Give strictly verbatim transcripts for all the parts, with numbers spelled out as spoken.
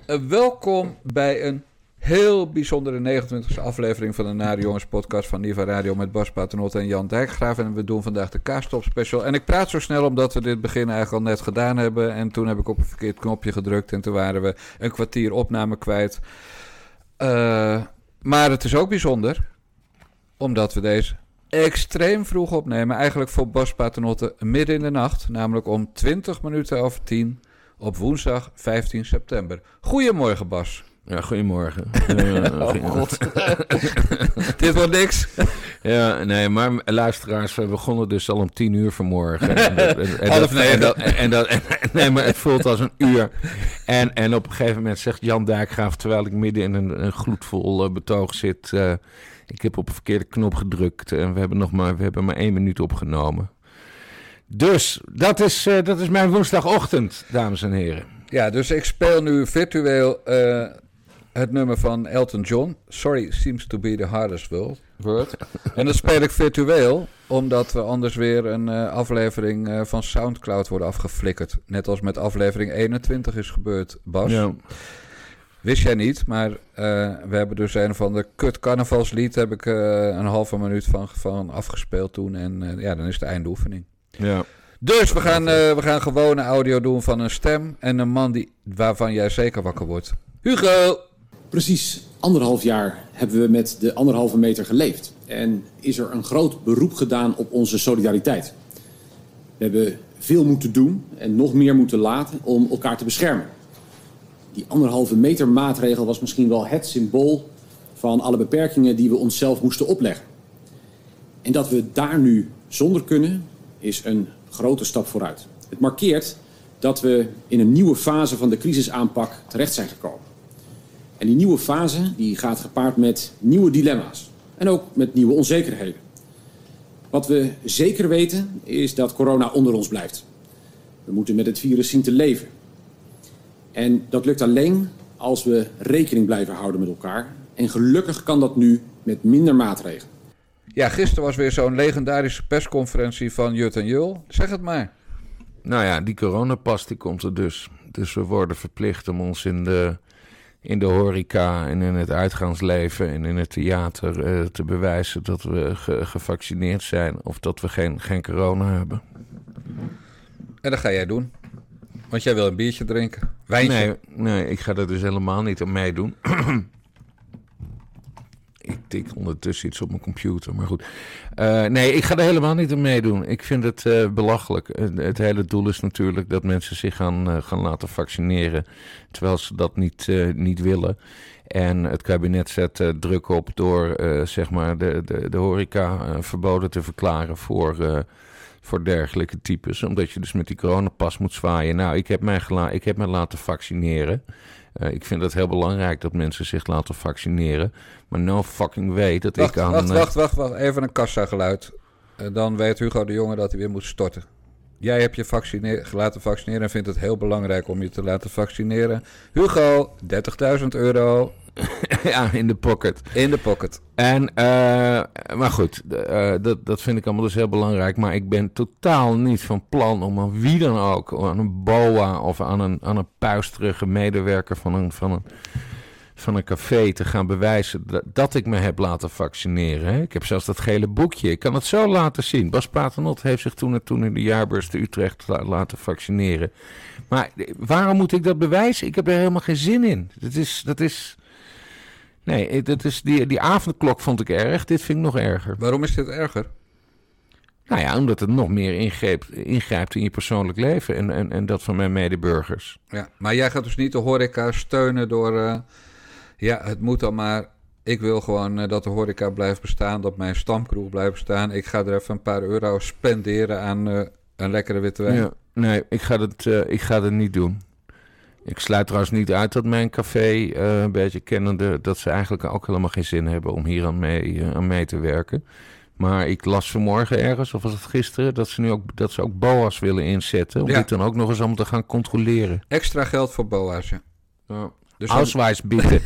Uh, welkom bij een heel bijzondere negenentwintigste aflevering van de Nare Jongens podcast van Niva Radio met Bas Paternotte en Jan Dijkgraaf. En we doen vandaag de Kaastop special. En ik praat zo snel omdat we dit begin eigenlijk al net gedaan hebben. En toen heb ik op een verkeerd knopje gedrukt en toen waren we een kwartier opname kwijt. Uh, maar het is ook bijzonder omdat we deze extreem vroeg opnemen. Eigenlijk voor Bas Paternotte midden in de nacht. Namelijk om twintig minuten over tien op woensdag vijftien september. Goedemorgen, Bas. Ja, goedemorgen. Uh, oh god. Dit wordt niks. Ja, nee, maar luisteraars, we begonnen dus al om tien uur vanmorgen. En dat, en, en Half dat, en dat, en dat, en, nee, maar het voelt als een uur. En, en op een gegeven moment zegt Jan Dijkgraaf, terwijl ik midden in een, een gloedvol uh, betoog zit, uh, ik heb op een verkeerde knop gedrukt en we hebben nog maar, we hebben maar één minuut opgenomen. Dus, dat is, uh, dat is mijn woensdagochtend, dames en heren. Ja, dus ik speel nu virtueel uh, het nummer van Elton John. Sorry seems to be the hardest word. En dat speel ik virtueel, omdat we anders weer een uh, aflevering uh, van Soundcloud worden afgeflikkerd. Net als met aflevering eenentwintig is gebeurd, Bas. Ja. Wist jij niet, maar uh, we hebben dus een van de kut carnavalslied, heb ik uh, een halve minuut van, van afgespeeld toen. En uh, ja, dan is de eindoefening. Ja. Dus we gaan, uh, we gaan gewone audio doen van een stem en een man die, waarvan jij zeker wakker wordt. Hugo! Precies anderhalf jaar hebben we met de anderhalve meter geleefd. En is er een groot beroep gedaan op onze solidariteit. We hebben veel moeten doen en nog meer moeten laten om elkaar te beschermen. Die anderhalve meter maatregel was misschien wel het symbool van alle beperkingen die we onszelf moesten opleggen. En dat we daar nu zonder kunnen, is een grote stap vooruit. Het markeert dat we in een nieuwe fase van de crisisaanpak terecht zijn gekomen. En die nieuwe fase die gaat gepaard met nieuwe dilemma's. En ook met nieuwe onzekerheden. Wat we zeker weten is dat corona onder ons blijft. We moeten met het virus zien te leven. En dat lukt alleen als we rekening blijven houden met elkaar. En gelukkig kan dat nu met minder maatregelen. Ja, gisteren was weer zo'n legendarische persconferentie van Jut en Jul. Zeg het maar. Nou ja, die coronapas die komt er dus. Dus we worden verplicht om ons in de, in de horeca en in het uitgaansleven en in het theater uh, te bewijzen dat we ge- gevaccineerd zijn of dat we geen, geen corona hebben. En dat ga jij doen. Want jij wil een biertje drinken. Wijntje. Nee, nee, ik ga er dus helemaal niet aan meedoen. Ik tik ondertussen iets op mijn computer, maar goed. Uh, nee, ik ga er helemaal niet aan meedoen. Ik vind het uh, belachelijk. Uh, het hele doel is natuurlijk dat mensen zich gaan, uh, gaan laten vaccineren, terwijl ze dat niet, uh, niet willen. En het kabinet zet uh, druk op door uh, zeg maar de, de, de horeca uh, verboden te verklaren voor, uh, voor dergelijke types. Omdat je dus met die coronapas moet zwaaien. Nou, ik heb mij, gela- ik heb mij laten vaccineren. Uh, ik vind het heel belangrijk dat mensen zich laten vaccineren. Maar no fucking way dat wacht, ik aan... Wacht, wacht, wacht, wacht. Even een kassageluid. Uh, dan weet Hugo de Jonge dat hij weer moet storten. Jij hebt je vaccine- laten vaccineren en vindt het heel belangrijk om je te laten vaccineren. Hugo, dertigduizend euro. Ja, in de pocket. In de pocket. En, uh, maar goed, uh, dat, dat vind ik allemaal dus heel belangrijk. Maar ik ben totaal niet van plan om aan wie dan ook, aan een boa of aan een, aan een puisterige medewerker van een, van, een, van een café te gaan bewijzen dat, dat ik me heb laten vaccineren. Hè? Ik heb zelfs dat gele boekje. Ik kan het zo laten zien. Bas Paternotte heeft zich toen en toen in de jaarbeurs te Utrecht la, laten vaccineren. Maar waarom moet ik dat bewijzen? Ik heb er helemaal geen zin in. Dat is... Dat is Nee, dat is die, die avondklok vond ik erg. Dit vind ik nog erger. Waarom is dit erger? Nou ja, omdat het nog meer ingrijpt, ingrijpt in je persoonlijk leven en, en, en dat van mijn medeburgers. Ja, maar jij gaat dus niet de horeca steunen door... Uh, ja, het moet dan maar... Ik wil gewoon uh, dat de horeca blijft bestaan, dat mijn stamkroeg blijft bestaan. Ik ga er even een paar euro spenderen aan uh, een lekkere witte wijn. Ja, nee, ik ga, het, uh, ik ga het niet doen. Ik sluit trouwens niet uit dat mijn café, uh, een beetje kennende, dat ze eigenlijk ook helemaal geen zin hebben om hier aan mee, uh, aan mee te werken. Maar ik las vanmorgen ergens, of was het gisteren, dat ze nu ook, dat ze ook B O A's willen inzetten. Om ja. dit dan ook nog eens om te gaan controleren. Extra geld voor B O A's, ja. ja. Dus Ausweis bieden.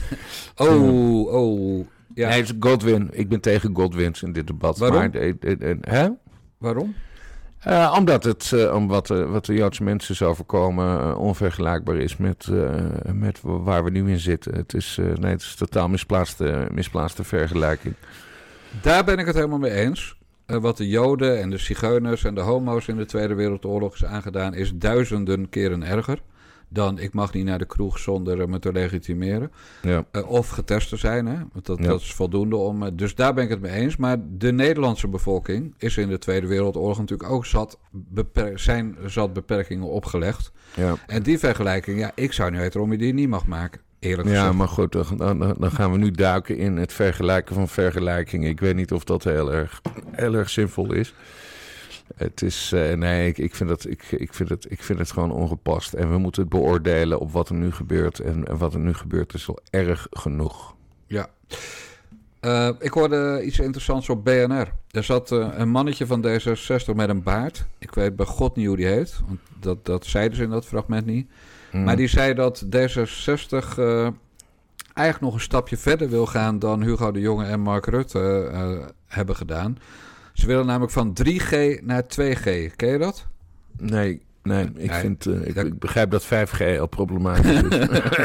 oh, oh. Ja. Nee, het is Godwin. Ik ben tegen Godwins in dit debat. Waarom? Maar, uh, uh, uh, hè? Waarom? Uh, omdat het, uh, om wat, uh, wat de Joodse mensen is overkomen, uh, onvergelijkbaar is met, uh, met waar we nu in zitten. Het is, uh, nee, het is een totaal misplaatste, misplaatste vergelijking. Daar ben ik het helemaal mee eens. Uh, wat de Joden en de zigeuners en de homo's in de Tweede Wereldoorlog is aangedaan, is duizenden keren erger dan ik mag niet naar de kroeg zonder uh, me te legitimeren. Ja. Uh, of getest te zijn, hè? Want dat, ja. dat is voldoende om... Uh, dus daar ben ik het mee eens. Maar de Nederlandse bevolking is in de Tweede Wereldoorlog natuurlijk ook zat, beper- zijn zat beperkingen opgelegd. Ja. En die vergelijking, ja, ik zou niet weten waarom je die niet mag maken. Eerlijk gezegd. Ja, maar goed, dan, dan gaan we nu duiken in het vergelijken van vergelijkingen. Ik weet niet of dat heel erg, heel erg zinvol is. Het is, uh, nee, ik, ik, vind het, ik, ik, vind het, ik vind het gewoon ongepast. En we moeten het beoordelen op wat er nu gebeurt. En, en wat er nu gebeurt is wel erg genoeg. Ja. Uh, ik hoorde iets interessants op B N R. Er zat uh, een mannetje van D zesenzestig met een baard. Ik weet bij God niet hoe die heet. Want dat, dat zeiden ze in dat fragment niet. Mm. Maar die zei dat D zesenzestig uh, eigenlijk nog een stapje verder wil gaan dan Hugo de Jonge en Mark Rutte uh, hebben gedaan. Ze willen namelijk van drie G naar twee G. Ken je dat? Nee, nee. Ik, nee, vind, uh, ik, dat... ik begrijp dat vijf G al problematisch is.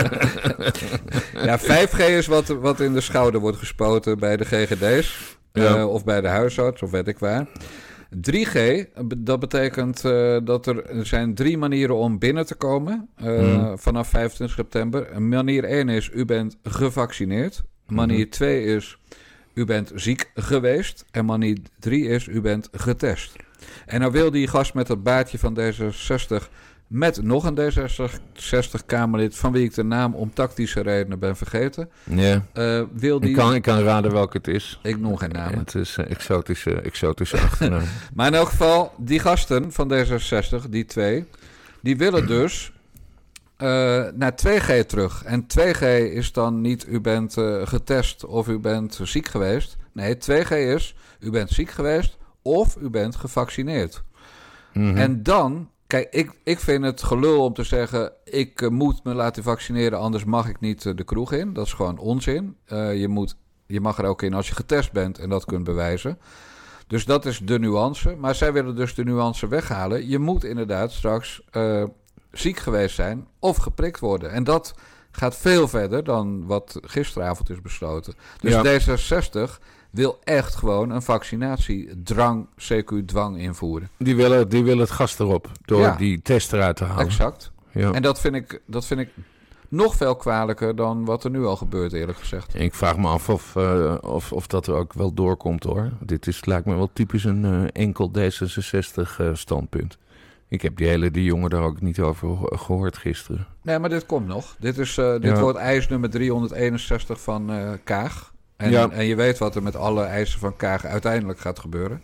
Ja, vijf G is wat, wat in de schouder wordt gespoten bij de G G D's. Ja. Uh, of bij de huisarts, of weet ik waar. drie G, dat betekent uh, dat er, er zijn drie manieren om binnen te komen uh, hmm. vanaf vijfentwintig september. Manier één is, u bent gevaccineerd. Manier twee hmm. is, u bent ziek geweest. En manier drie is, u bent getest. En nou wil die gast met dat baardje van D zesenzestig met nog een D zesenzestig-Kamerlid, van wie ik de naam om tactische redenen ben vergeten. Ja. Uh, wil die... ik, kan, ik kan raden welke het is. Ik noem geen namen. Het is uh, exotische, exotische achternaam. Maar in elk geval, die gasten van D zesenzestig, die twee, die willen dus uh, naar twee G terug. En twee G is dan niet u bent uh, getest of u bent ziek geweest. Nee, twee G is u bent ziek geweest of u bent gevaccineerd. Mm-hmm. En dan... Kijk, ik, ik vind het gelul om te zeggen, ik uh, moet me laten vaccineren, anders mag ik niet uh, de kroeg in. Dat is gewoon onzin. Uh, je, moet, je mag er ook in als je getest bent en dat kunt bewijzen. Dus dat is de nuance. Maar zij willen dus de nuance weghalen. Je moet inderdaad straks uh, ziek geweest zijn of geprikt worden. En dat gaat veel verder dan wat gisteravond is besloten. Dus ja. D zesenzestig... wil echt gewoon een vaccinatiedrang, C Q-dwang invoeren. Die willen, die willen het gas erop, door ja. die test eruit te halen. Exact. Ja. En dat vind, ik, dat vind ik nog veel kwalijker dan wat er nu al gebeurt, eerlijk gezegd. Ik vraag me af of, uh, of, of dat er ook wel doorkomt, hoor. Dit is, lijkt me wel typisch een uh, enkel D zesenzestig-standpunt. Uh, ik heb die hele die jongen daar ook niet over gehoord gisteren. Nee, maar dit komt nog. Dit, is, uh, dit ja. wordt eis nummer driehonderdeenenzestig van uh, Kaag. En, ja. en je weet wat er met alle eisen van Kaag uiteindelijk gaat gebeuren.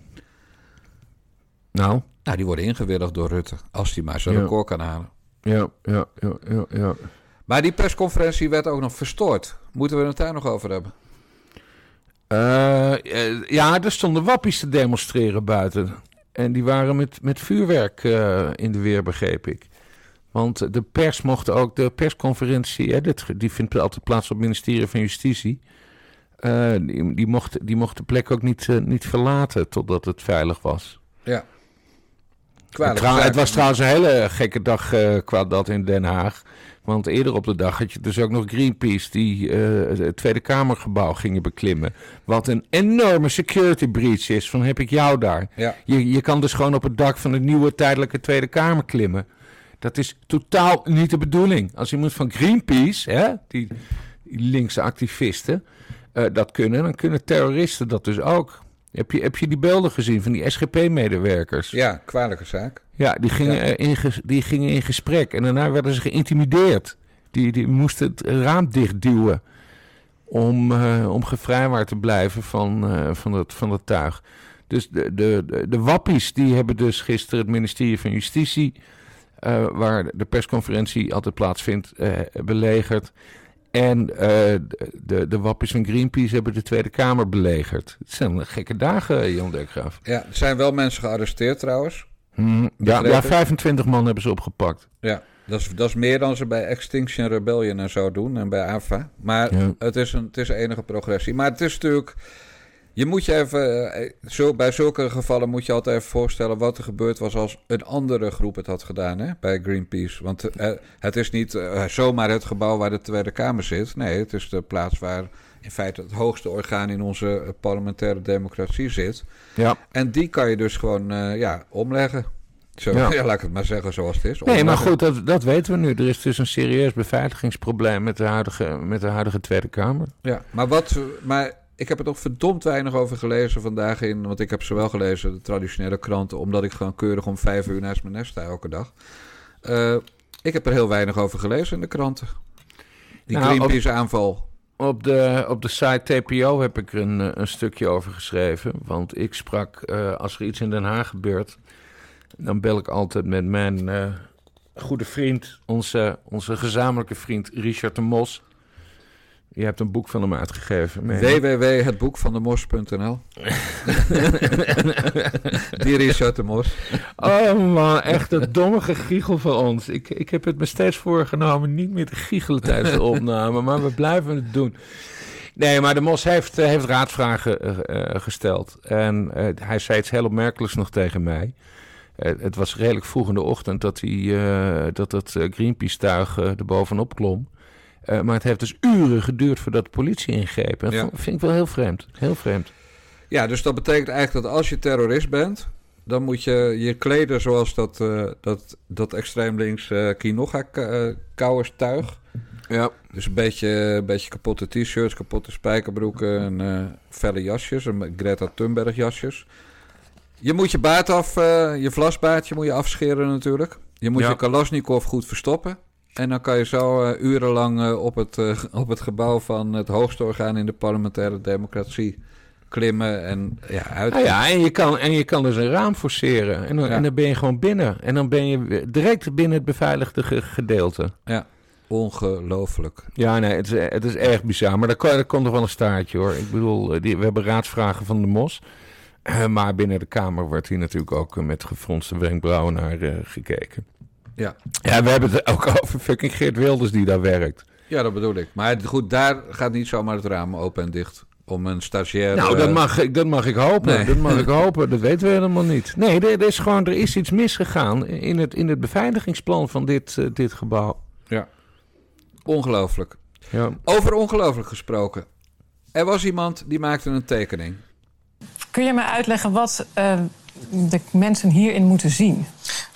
Nou? Nou, die worden ingewilligd door Rutte. Als hij maar zijn ja. record kan halen. Ja, ja, ja, ja, ja. Maar die persconferentie werd ook nog verstoord. Moeten we het daar nog over hebben? Uh, ja, er stonden wappies te demonstreren buiten. En die waren met, met vuurwerk uh, in de weer, begreep ik. Want de pers mocht ook, de persconferentie, hè, dit, die vindt altijd plaats op het ministerie van Justitie. Uh, die, die, mocht, die mocht de plek ook niet, uh, niet verlaten totdat het veilig was. Ja. Trouw, het was trouwens een hele gekke dag uh, qua dat in Den Haag. Want eerder op de dag had je dus ook nog Greenpeace die uh, het Tweede Kamergebouw gingen beklimmen. Wat een enorme security breach is. Van heb ik jou daar. Ja. Je, je kan dus gewoon op het dak van het nieuwe tijdelijke Tweede Kamer klimmen. Dat is totaal niet de bedoeling. Als iemand van Greenpeace, hè, die, die linkse activisten, uh, dat kunnen, dan kunnen terroristen dat dus ook. Heb je, heb je die beelden gezien van die S G P-medewerkers? Ja, kwalijke zaak. Ja, die gingen, ja. In, die gingen in gesprek en daarna werden ze geïntimideerd. Die, die moesten het raam dichtduwen om, uh, om gevrijwaard te blijven van, uh, van, het, van het tuig. Dus de, de, de, de wappies die hebben dus gisteren het ministerie van Justitie, Uh, waar de persconferentie altijd plaatsvindt, uh, belegerd. En uh, de, de wappies van Greenpeace hebben de Tweede Kamer belegerd. Het zijn gekke dagen, Jan Dijkgraaf. Ja, er zijn wel mensen gearresteerd trouwens. Hmm, ja, ja, vijfentwintig man hebben ze opgepakt. Ja, dat is, dat is meer dan ze bij Extinction Rebellion en zo doen en bij A F A. Maar ja. het, is een, het is enige progressie. Maar het is natuurlijk... Je moet je even, zo, bij zulke gevallen moet je altijd even voorstellen wat er gebeurd was als een andere groep het had gedaan, hè, bij Greenpeace. Want uh, het is niet uh, zomaar het gebouw waar de Tweede Kamer zit. Nee, het is de plaats waar in feite het hoogste orgaan in onze parlementaire democratie zit. Ja. En die kan je dus gewoon uh, ja, omleggen. Zo, ja. ja, laat ik het maar zeggen zoals het is. Nee, maar goed, dat, dat weten we nu. Er is dus een serieus beveiligingsprobleem met de huidige, met de huidige Tweede Kamer. Ja, maar wat... Maar ik heb er toch verdomd weinig over gelezen vandaag in... Want ik heb ze wel gelezen, de traditionele kranten... omdat ik gewoon keurig om vijf uur naast mijn nest sta elke dag. Uh, ik heb er heel weinig over gelezen in de kranten. Die nou, Greenpeace-aanval. Op de, op de site T P O heb ik er een, een stukje over geschreven. Want ik sprak, uh, als er iets in Den Haag gebeurt... dan bel ik altijd met mijn uh, goede vriend... Onze, onze gezamenlijke vriend Richard de Mos... Je hebt een boek van hem uitgegeven. w w w punt het boek van de mos punt n l Die Richard de Mos. Oh man, echt het domme gegiegel van ons. Ik, ik heb het me steeds voorgenomen niet meer te giechelen tijdens de opname. Maar we blijven het doen. Nee, maar de Mos heeft, heeft raadvragen uh, uh, gesteld. En uh, hij zei iets heel opmerkelijks nog tegen mij. Uh, het was redelijk vroeg in de ochtend dat, hij, uh, dat het uh, Greenpeace-tuig uh, er bovenop klom. Uh, maar het heeft dus uren geduurd voordat de politie ingreep. En dat ja. vind ik wel heel vreemd. Heel vreemd. Ja, dus dat betekent eigenlijk dat als je terrorist bent... dan moet je je kleden zoals dat, uh, dat, dat extreem links uh, Kinoga-kouwerstuig. Ja. Dus een beetje, een beetje kapotte t-shirts, kapotte spijkerbroeken... en uh, felle jasjes, en Greta Thunberg jasjes. Je moet je baard af, uh, je vlasbaardje moet je afscheren natuurlijk. Je moet ja. je Kalashnikov goed verstoppen... En dan kan je zo uh, urenlang uh, op, het, uh, op het gebouw van het hoogste orgaan in de parlementaire democratie klimmen en ja, uit. Ah ja, en je kan, en je kan dus een raam forceren en dan, ja. en dan ben je gewoon binnen. En dan ben je direct binnen het beveiligde ge- gedeelte. Ja, ongelooflijk. Ja, nee, het is, het is erg bizar. Maar daar, daar komt nog wel een staartje hoor. Ik bedoel, die, we hebben raadsvragen van de Mos. Uh, maar binnen de Kamer wordt hier natuurlijk ook uh, met gefronste wenkbrauwen naar uh, gekeken. Ja. ja, we hebben het ook over fucking Geert Wilders die daar werkt. Ja, dat bedoel ik. Maar goed, daar gaat niet zomaar het raam open en dicht. Om een stagiair... Nou, dat mag ik, dat mag ik hopen. Nee. Dat mag ik hopen. Dat weten we helemaal niet. Nee, er, er is gewoon, er is iets misgegaan in het, in het beveiligingsplan van dit, uh, dit gebouw. Ja. Ongelooflijk. Ja. Over ongelooflijk gesproken. Er was iemand die maakte een tekening. Kun je me uitleggen wat uh, de mensen hierin moeten zien?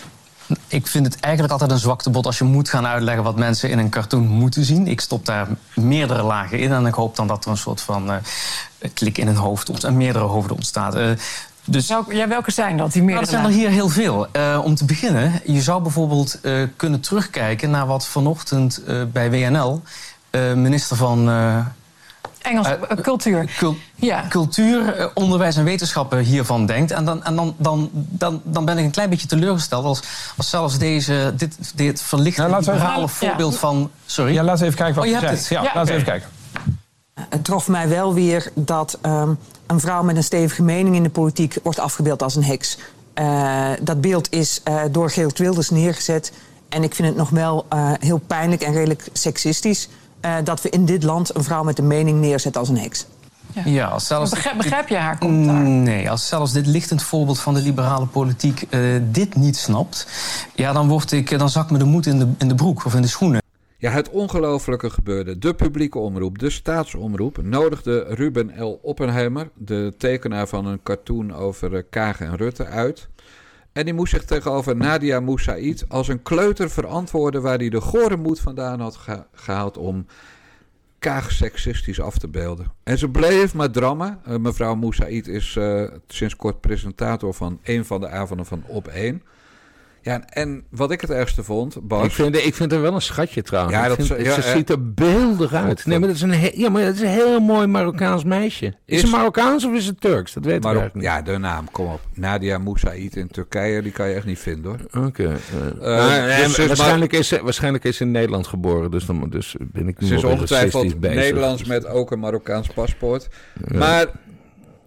Ik vind het eigenlijk altijd een zwaktebod als je moet gaan uitleggen wat mensen in een cartoon moeten zien. Ik stop daar meerdere lagen in en ik hoop dan dat er een soort van uh, klik in een hoofd ontstaat, en meerdere hoofden ontstaat. Uh, dus, Welke, ja, welke zijn dat, die meerdere? Nou, dat zijn er hier heel veel. Uh, om te beginnen, je zou bijvoorbeeld uh, kunnen terugkijken naar wat vanochtend uh, bij W N L uh, minister van... Uh, Engels, uh, cultuur. Cul- ja. Cultuur, uh, onderwijs en wetenschappen hiervan denkt. En, dan, en dan, dan, dan, dan ben ik een klein beetje teleurgesteld als, als zelfs deze, dit, dit verlichte nou, liberale even, voorbeeld ja. van... Sorry? Ja, laten we even kijken wat oh, je je zegt. Ja, ja, laten we okay. even kijken. Het trof mij wel weer dat um, een vrouw met een stevige mening in de politiek wordt afgebeeld als een heks. Uh, dat beeld is uh, door Geert Wilders neergezet. En ik vind het nog wel uh, heel pijnlijk en redelijk seksistisch... Uh, dat we in dit land een vrouw met een mening neerzetten als een heks. Ja. Ja, als zelfs... begrijp, begrijp je haar commentaar? Nee, als zelfs dit lichtend voorbeeld van de liberale politiek uh, dit niet snapt... ja, dan, word ik, dan zakt me de moed in de, in de broek of in de schoenen. Ja, het ongelofelijke gebeurde. De publieke omroep, de staatsomroep, nodigde Ruben L. Oppenheimer... de tekenaar van een cartoon over uh, Kaag en Rutte, uit... En die moest zich tegenover Nadia Moussaïd als een kleuter verantwoorden... waar hij de gore moed vandaan had geha- gehaald om Kaag seksistisch af te beelden. En ze bleef maar drammen. Uh, mevrouw Moussaïd is uh, sinds kort presentator van een van de avonden van Op één. Ja, en, en wat ik het ergste vond, Bas... Ik vind, ik vind er wel een schatje trouwens. Ja, ik dat, vind, ja, ze ja, ziet er beeldig uit. Nee, maar dat is een, he- ja, maar dat is een heel mooi Marokkaans meisje. Is, is het Marokkaans of is het Turks? Dat weten we Marok- eigenlijk niet. Ja, de naam, kom op. Nadia Moussaïd in Turkije, die kan je echt niet vinden, hoor. Oké. Okay. Uh, uh, uh, dus, dus waarschijnlijk, is ze, waarschijnlijk is ze in Nederland geboren, dus, dan, dus ben ik nu Ze is wel ongetwijfeld bezig. Nederlands met ook een Marokkaans paspoort. Ja. Maar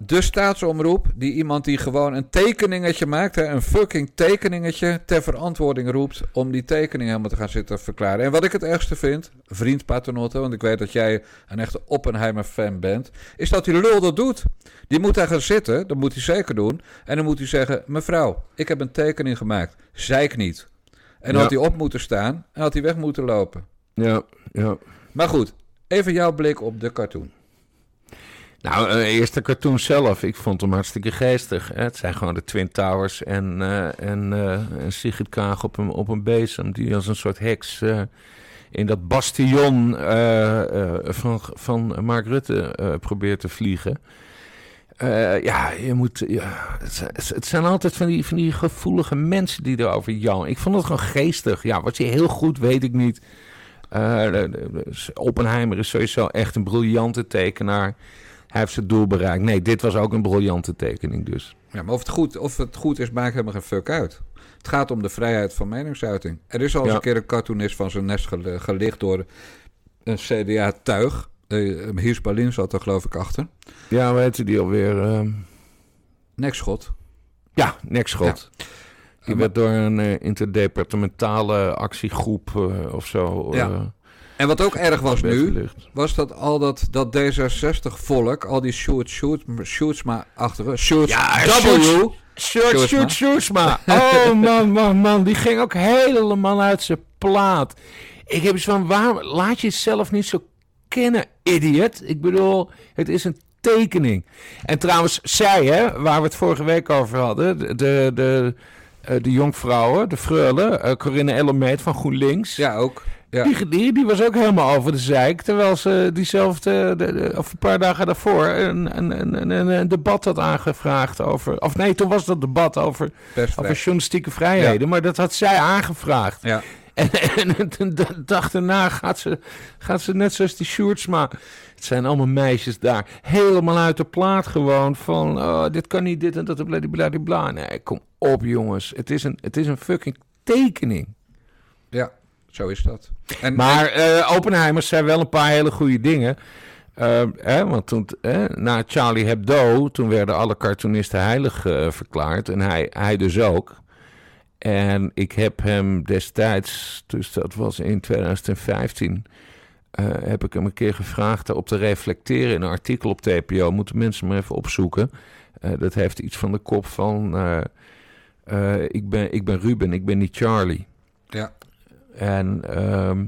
de staatsomroep, die iemand die gewoon een tekeningetje maakt, hè, een fucking tekeningetje, ter verantwoording roept om die tekening helemaal te gaan zitten verklaren. En wat ik het ergste vind, vriend Paternotte, want ik weet dat jij een echte Oppenheimer-fan bent, is dat die lul dat doet. Die moet daar gaan zitten, dat moet hij zeker doen, en dan moet hij zeggen, mevrouw, ik heb een tekening gemaakt, zeik niet. En dan Ja. had hij op moeten staan en had hij weg moeten lopen. Ja, ja. Maar goed, even jouw blik op de cartoon. Nou, uh, eerst de cartoon zelf. Ik vond hem hartstikke geestig. Hè? Het zijn gewoon de Twin Towers en, uh, en, uh, en Sigrid Kaag op een, op een bezem. Die als een soort heks uh, in dat bastion uh, uh, van, van Mark Rutte uh, probeert te vliegen. Uh, ja, je moet. Ja, het, het zijn altijd van die, van die gevoelige mensen die erover jouwen. Ik vond het gewoon geestig. Ja, wat je heel goed weet ik niet. Uh, de, de, de, Oppenheimer is sowieso echt een briljante tekenaar. Hij heeft zijn doel bereikt. Nee, dit was ook een briljante tekening dus. Ja, maar of het goed, of het goed is, maakt helemaal geen fuck uit. Het gaat om de vrijheid van meningsuiting. Er is al eens Ja. een keer een cartoonist van zijn nest gel- gelicht door een C D A-tuig. Uh, Hiers Berlin zat er geloof ik achter. Ja, hoe heette die alweer? Uh... Nekschot. Ja, Nekschot. Ja. Die Uh, werd door een uh, interdepartementale actiegroep uh, of zo... Uh, Ja. En wat ook erg was nu, weggelegd. was dat al dat, dat D zesenzestig-volk, al die shoot, shoot, shootsma-achtige, shoots, Ja, W, Shoot, Sjoerdsma. shoot, Sjoerdsma. Oh, man, man, man. Die ging ook helemaal uit zijn plaat. Ik heb eens van, waarom laat je jezelf niet zo kennen, idiot? Ik bedoel, het is een tekening. En trouwens, zij, hè, waar we het vorige week over hadden, de, de, de, de jonkvrouwen, de freulen, uh, Corinne Ellemeet van GroenLinks. Ja, ook. Ja. Die, die, die was ook helemaal over de zeik. Terwijl ze diezelfde, de, de, of een paar dagen daarvoor, een, een, een, een, een debat had aangevraagd over. Of nee, toen was dat debat over, over journalistieke vrijheden. Ja. Maar dat had zij aangevraagd. Ja. En, en, en de dag daarna gaat ze, gaat ze net zoals die Sjoerdsma. Het zijn allemaal meisjes daar. Helemaal uit de plaat gewoon. Van oh, dit kan niet, dit en dat, bladibladibla. Nee, kom op jongens. Het is een, het is een fucking tekening. Ja. Zo is dat. En, maar uh, Oppenheimer zei wel een paar hele goede dingen. Uh, hè, want toen, eh, na Charlie Hebdo, toen werden alle cartoonisten heilig uh, verklaard. En hij, hij dus ook. En ik heb hem destijds, dus dat was in twintig vijftien... Uh, heb ik hem een keer gevraagd op te reflecteren in een artikel op T P O. Moeten mensen maar even opzoeken. Uh, dat heeft iets van de kop van... Uh, uh, ik, ben, ik ben Ruben, ik ben niet Charlie. Ja. En um,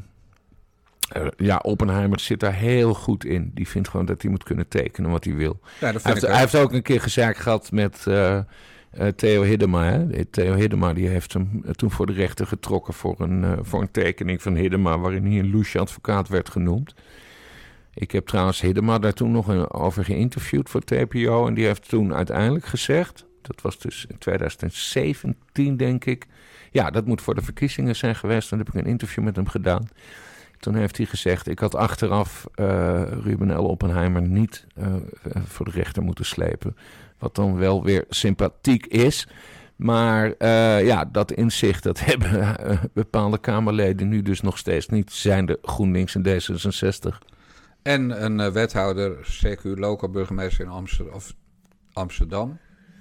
uh, ja, Oppenheimer zit daar heel goed in. Die vindt gewoon dat hij moet kunnen tekenen wat hij wil. Ja, dat vind hij, heeft, ik hij heeft ook een keer gezaak gehad met uh, uh, Theo Hiddema. Hè? Theo Hiddema die heeft hem uh, toen voor de rechter getrokken voor een, uh, voor een tekening van Hiddema, waarin hij een loesje advocaat werd genoemd. Ik heb trouwens Hiddema daar toen nog een, over geïnterviewd voor T P O. En die heeft toen uiteindelijk gezegd, dat was dus in twintig zeventien denk ik... Ja, dat moet voor de verkiezingen zijn geweest. Dan heb ik een interview met hem gedaan. Toen heeft hij gezegd, ik had achteraf uh, Ruben L. Oppenheimer niet uh, voor de rechter moeten slepen. Wat dan wel weer sympathiek is. Maar uh, ja, dat inzicht, dat hebben uh, bepaalde Kamerleden nu dus nog steeds niet. Zijn de GroenLinks en D zesenzestig. En een uh, wethouder, C Q lokaal burgemeester in Amsterdam, of Amsterdam.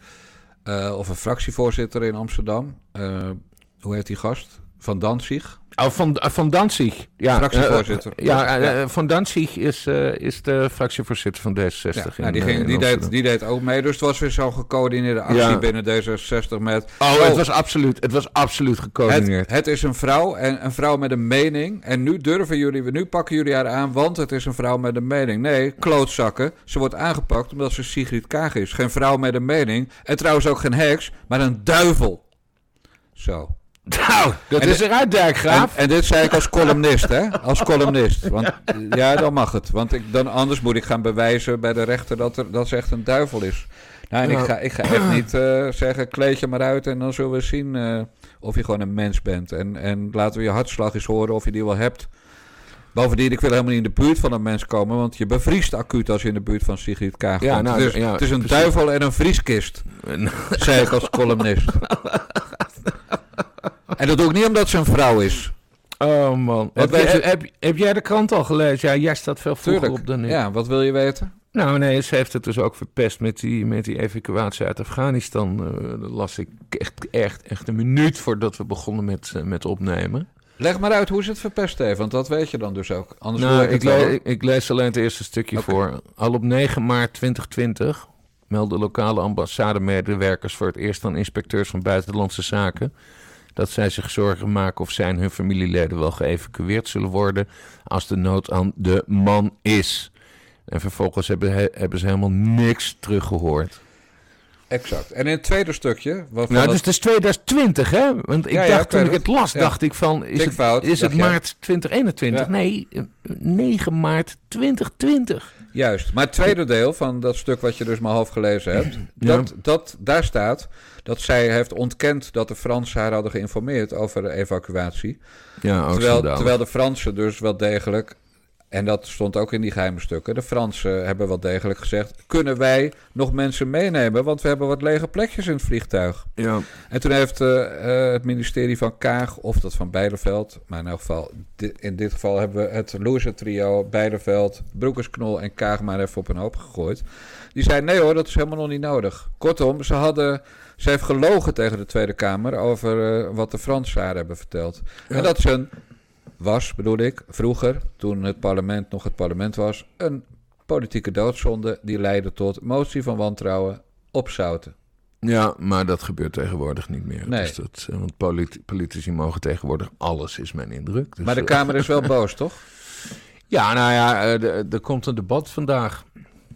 Uh, of een fractievoorzitter in Amsterdam. Uh, hoe heet die gast? Van Danzig. Oh, van, van Danzig. Ja, fractievoorzitter. Uh, ja, uh, ja, Van Danzig is, uh, is de fractievoorzitter van D zesenzestig. Ja, in, nou, die, ging, in die, deed, die deed ook mee. Dus het was weer zo'n gecoördineerde actie ja. binnen D zesenzestig met... Oh, oh, het was absoluut, het was absoluut gecoördineerd. Het, het is een vrouw en een vrouw met een mening. En nu durven jullie, nu pakken jullie haar aan, want het is een vrouw met een mening. Nee, klootzakken. Ze wordt aangepakt omdat ze Sigrid Kaag is. Geen vrouw met een mening. En trouwens ook geen heks, maar een duivel. Zo. Nou, dat en is de, eruit, Dijkgraaf. En, en dit zei ik als columnist, hè? Als columnist. Want ja, dan mag het. Want ik, dan, anders moet ik gaan bewijzen bij de rechter dat, er, dat ze echt een duivel is. Nou, en nou. Ik, ga, ik ga echt niet uh, zeggen, kleed je maar uit en dan zullen we zien uh, of je gewoon een mens bent. En, en laten we je hartslag eens horen of je die wel hebt. Bovendien, ik wil helemaal niet in de buurt van een mens komen, want je bevriest acuut als je in de buurt van Sigrid Kaag komt. Ja, nou, het, is, ja, het is een precies. duivel en een vrieskist, zei ik als columnist. En dat doe ik niet omdat ze een vrouw is. Oh man. Heb, je, heb, heb jij de krant al gelezen? Ja, jij staat veel vroeger op dan ik. Ja, wat wil je weten? Nou nee, ze heeft het dus ook verpest met die, met die evacuatie uit Afghanistan. Uh, dat las ik echt, echt, echt een minuut voordat we begonnen met, uh, met opnemen. Leg maar uit hoe ze het verpest heeft, want dat weet je dan dus ook. Anders nou, ik, ik, le- ik, ik lees alleen het eerste stukje okay. voor. Al op negen maart twintig twintig melden lokale ambassademedewerkers voor het eerst aan inspecteurs van Buitenlandse Zaken dat zij zich zorgen maken of zij en hun familieleden wel geëvacueerd zullen worden als de nood aan de man is. En vervolgens hebben, he, hebben ze helemaal niks teruggehoord. Exact. En in het tweede stukje... Nou, dus het is twintig twintig, hè? Want ik ja, dacht, ja, toen ik het las, ja. dacht ik van... Is het, fout, is het maart twintig eenentwintig? Ja. Nee, negen maart twintig twintig. Juist. Maar het tweede deel van dat stuk wat je dus maar half gelezen hebt... Ja. Dat, dat, daar staat dat zij heeft ontkend dat de Fransen haar hadden geïnformeerd over de evacuatie. Ja, ook terwijl, terwijl de Fransen dus wel degelijk... En dat stond ook in die geheime stukken. De Fransen hebben wel degelijk gezegd... kunnen wij nog mensen meenemen? Want we hebben wat lege plekjes in het vliegtuig. Ja. En toen heeft uh, uh, het ministerie van Kaag... of dat van Bijleveld... maar in elk geval... Di- in dit geval hebben we het Loerse-trio... Bijleveld, Broekersknol en Kaag maar even op een hoop gegooid. Die zei, nee hoor, dat is helemaal nog niet nodig. Kortom, ze hadden... Ze heeft gelogen tegen de Tweede Kamer... over uh, wat de Fransen haar hebben verteld. Ja. En dat is een... was, bedoel ik, vroeger, toen het parlement nog het parlement was... een politieke doodzonde die leidde tot motie van wantrouwen op zouten. Ja, maar dat gebeurt tegenwoordig niet meer. Nee. Dus dat, want politi- politici mogen tegenwoordig alles, is mijn indruk. Dus, maar de Kamer is wel boos, toch? Ja, nou ja, er komt een debat vandaag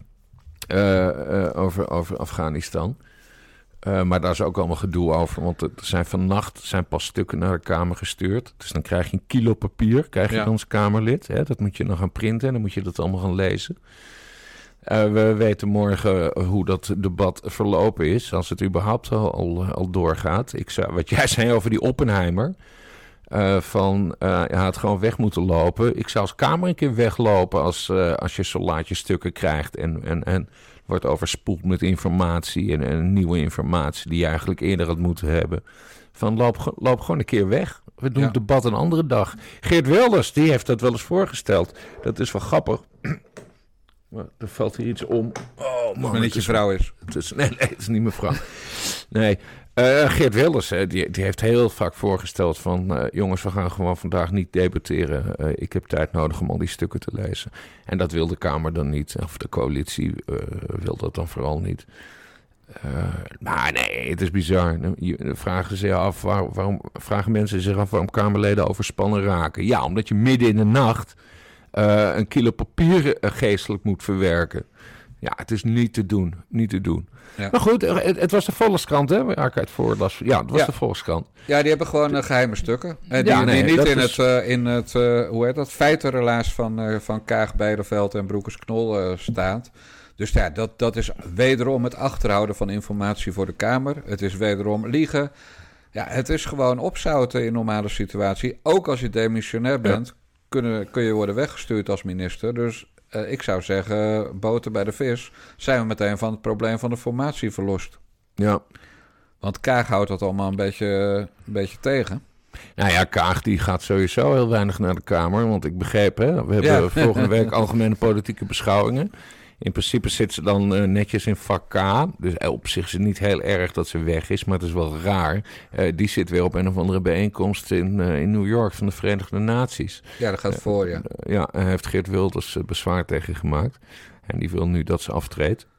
uh, uh, over, over Afghanistan... Uh, maar daar is ook allemaal gedoe over. Want er zijn vannacht zijn pas stukken naar de Kamer gestuurd. Dus dan krijg je een kilo papier. Krijg je ja. dan als Kamerlid. Hè? Dat moet je dan gaan printen. En dan moet je dat allemaal gaan lezen. Uh, we weten morgen hoe dat debat verlopen is. Als het überhaupt al, al, al doorgaat. Ik zou, wat jij zei over die Oppenheimer. Uh, van uh, je had gewoon weg moeten lopen. Ik zou als Kamer een keer weglopen. Als, uh, als je soldaatjestukken krijgt. En... en, en wordt overspoeld met informatie en, en nieuwe informatie die je eigenlijk eerder had moeten hebben. Van loop, loop gewoon een keer weg. We doen ja. het debat een andere dag. Geert Wilders, die heeft dat wel eens voorgesteld. Dat is wel grappig. Maar er valt hier iets om. Oh man, dat niet je vrouw is. Het is nee, nee, het is niet mijn vrouw. Nee, uh, Geert Wilders, uh, die, die heeft heel vaak voorgesteld van... Uh, jongens, we gaan gewoon vandaag niet debatteren. Uh, ik heb tijd nodig om al die stukken te lezen. En dat wil de Kamer dan niet. Of de coalitie uh, wil dat dan vooral niet. Uh, maar nee, het is bizar. Dan vragen, ze af, waar, waarom, vragen mensen zich af waarom Kamerleden overspannen raken. Ja, omdat je midden in de nacht... Uh, een kilo papier uh, geestelijk moet verwerken. Ja, het is niet te doen. Niet te doen. Ja. Maar goed, het, het was de Volkskrant, hè? Waar ik uit voorlas. Ja, het was ja. de Volkskrant. Ja, die hebben gewoon uh, geheime stukken. En die, ja, nee, die niet in, is... het, uh, in het, uh, hoe heet dat, feitenrelaas van, uh, van Kaag, Bijleveld en Broekers-Knol uh, staat. Dus ja, dat, dat is wederom het achterhouden van informatie voor de Kamer. Het is wederom liegen. Ja, het is gewoon opzouten in normale situatie. Ook als je demissionair bent... Ja. Kunnen, kun je worden weggestuurd als minister. Dus uh, ik zou zeggen, boter bij de vis... zijn we meteen van het probleem van de formatie verlost. Ja. Want Kaag houdt dat allemaal een beetje, een beetje tegen. Nou ja, Kaag die gaat sowieso heel weinig naar de Kamer. Want ik begreep, hè, we hebben ja. volgende week algemene politieke beschouwingen. In principe zit ze dan uh, netjes in vak K. Dus uh, op zich is het niet heel erg dat ze weg is, maar het is wel raar. Uh, die zit weer op een of andere bijeenkomst in, uh, in New York van de Verenigde Naties. Ja, dat gaat uh, voor, ja. Uh, ja, en heeft Geert Wilders uh, bezwaar tegen gemaakt. En die wil nu dat ze aftreedt.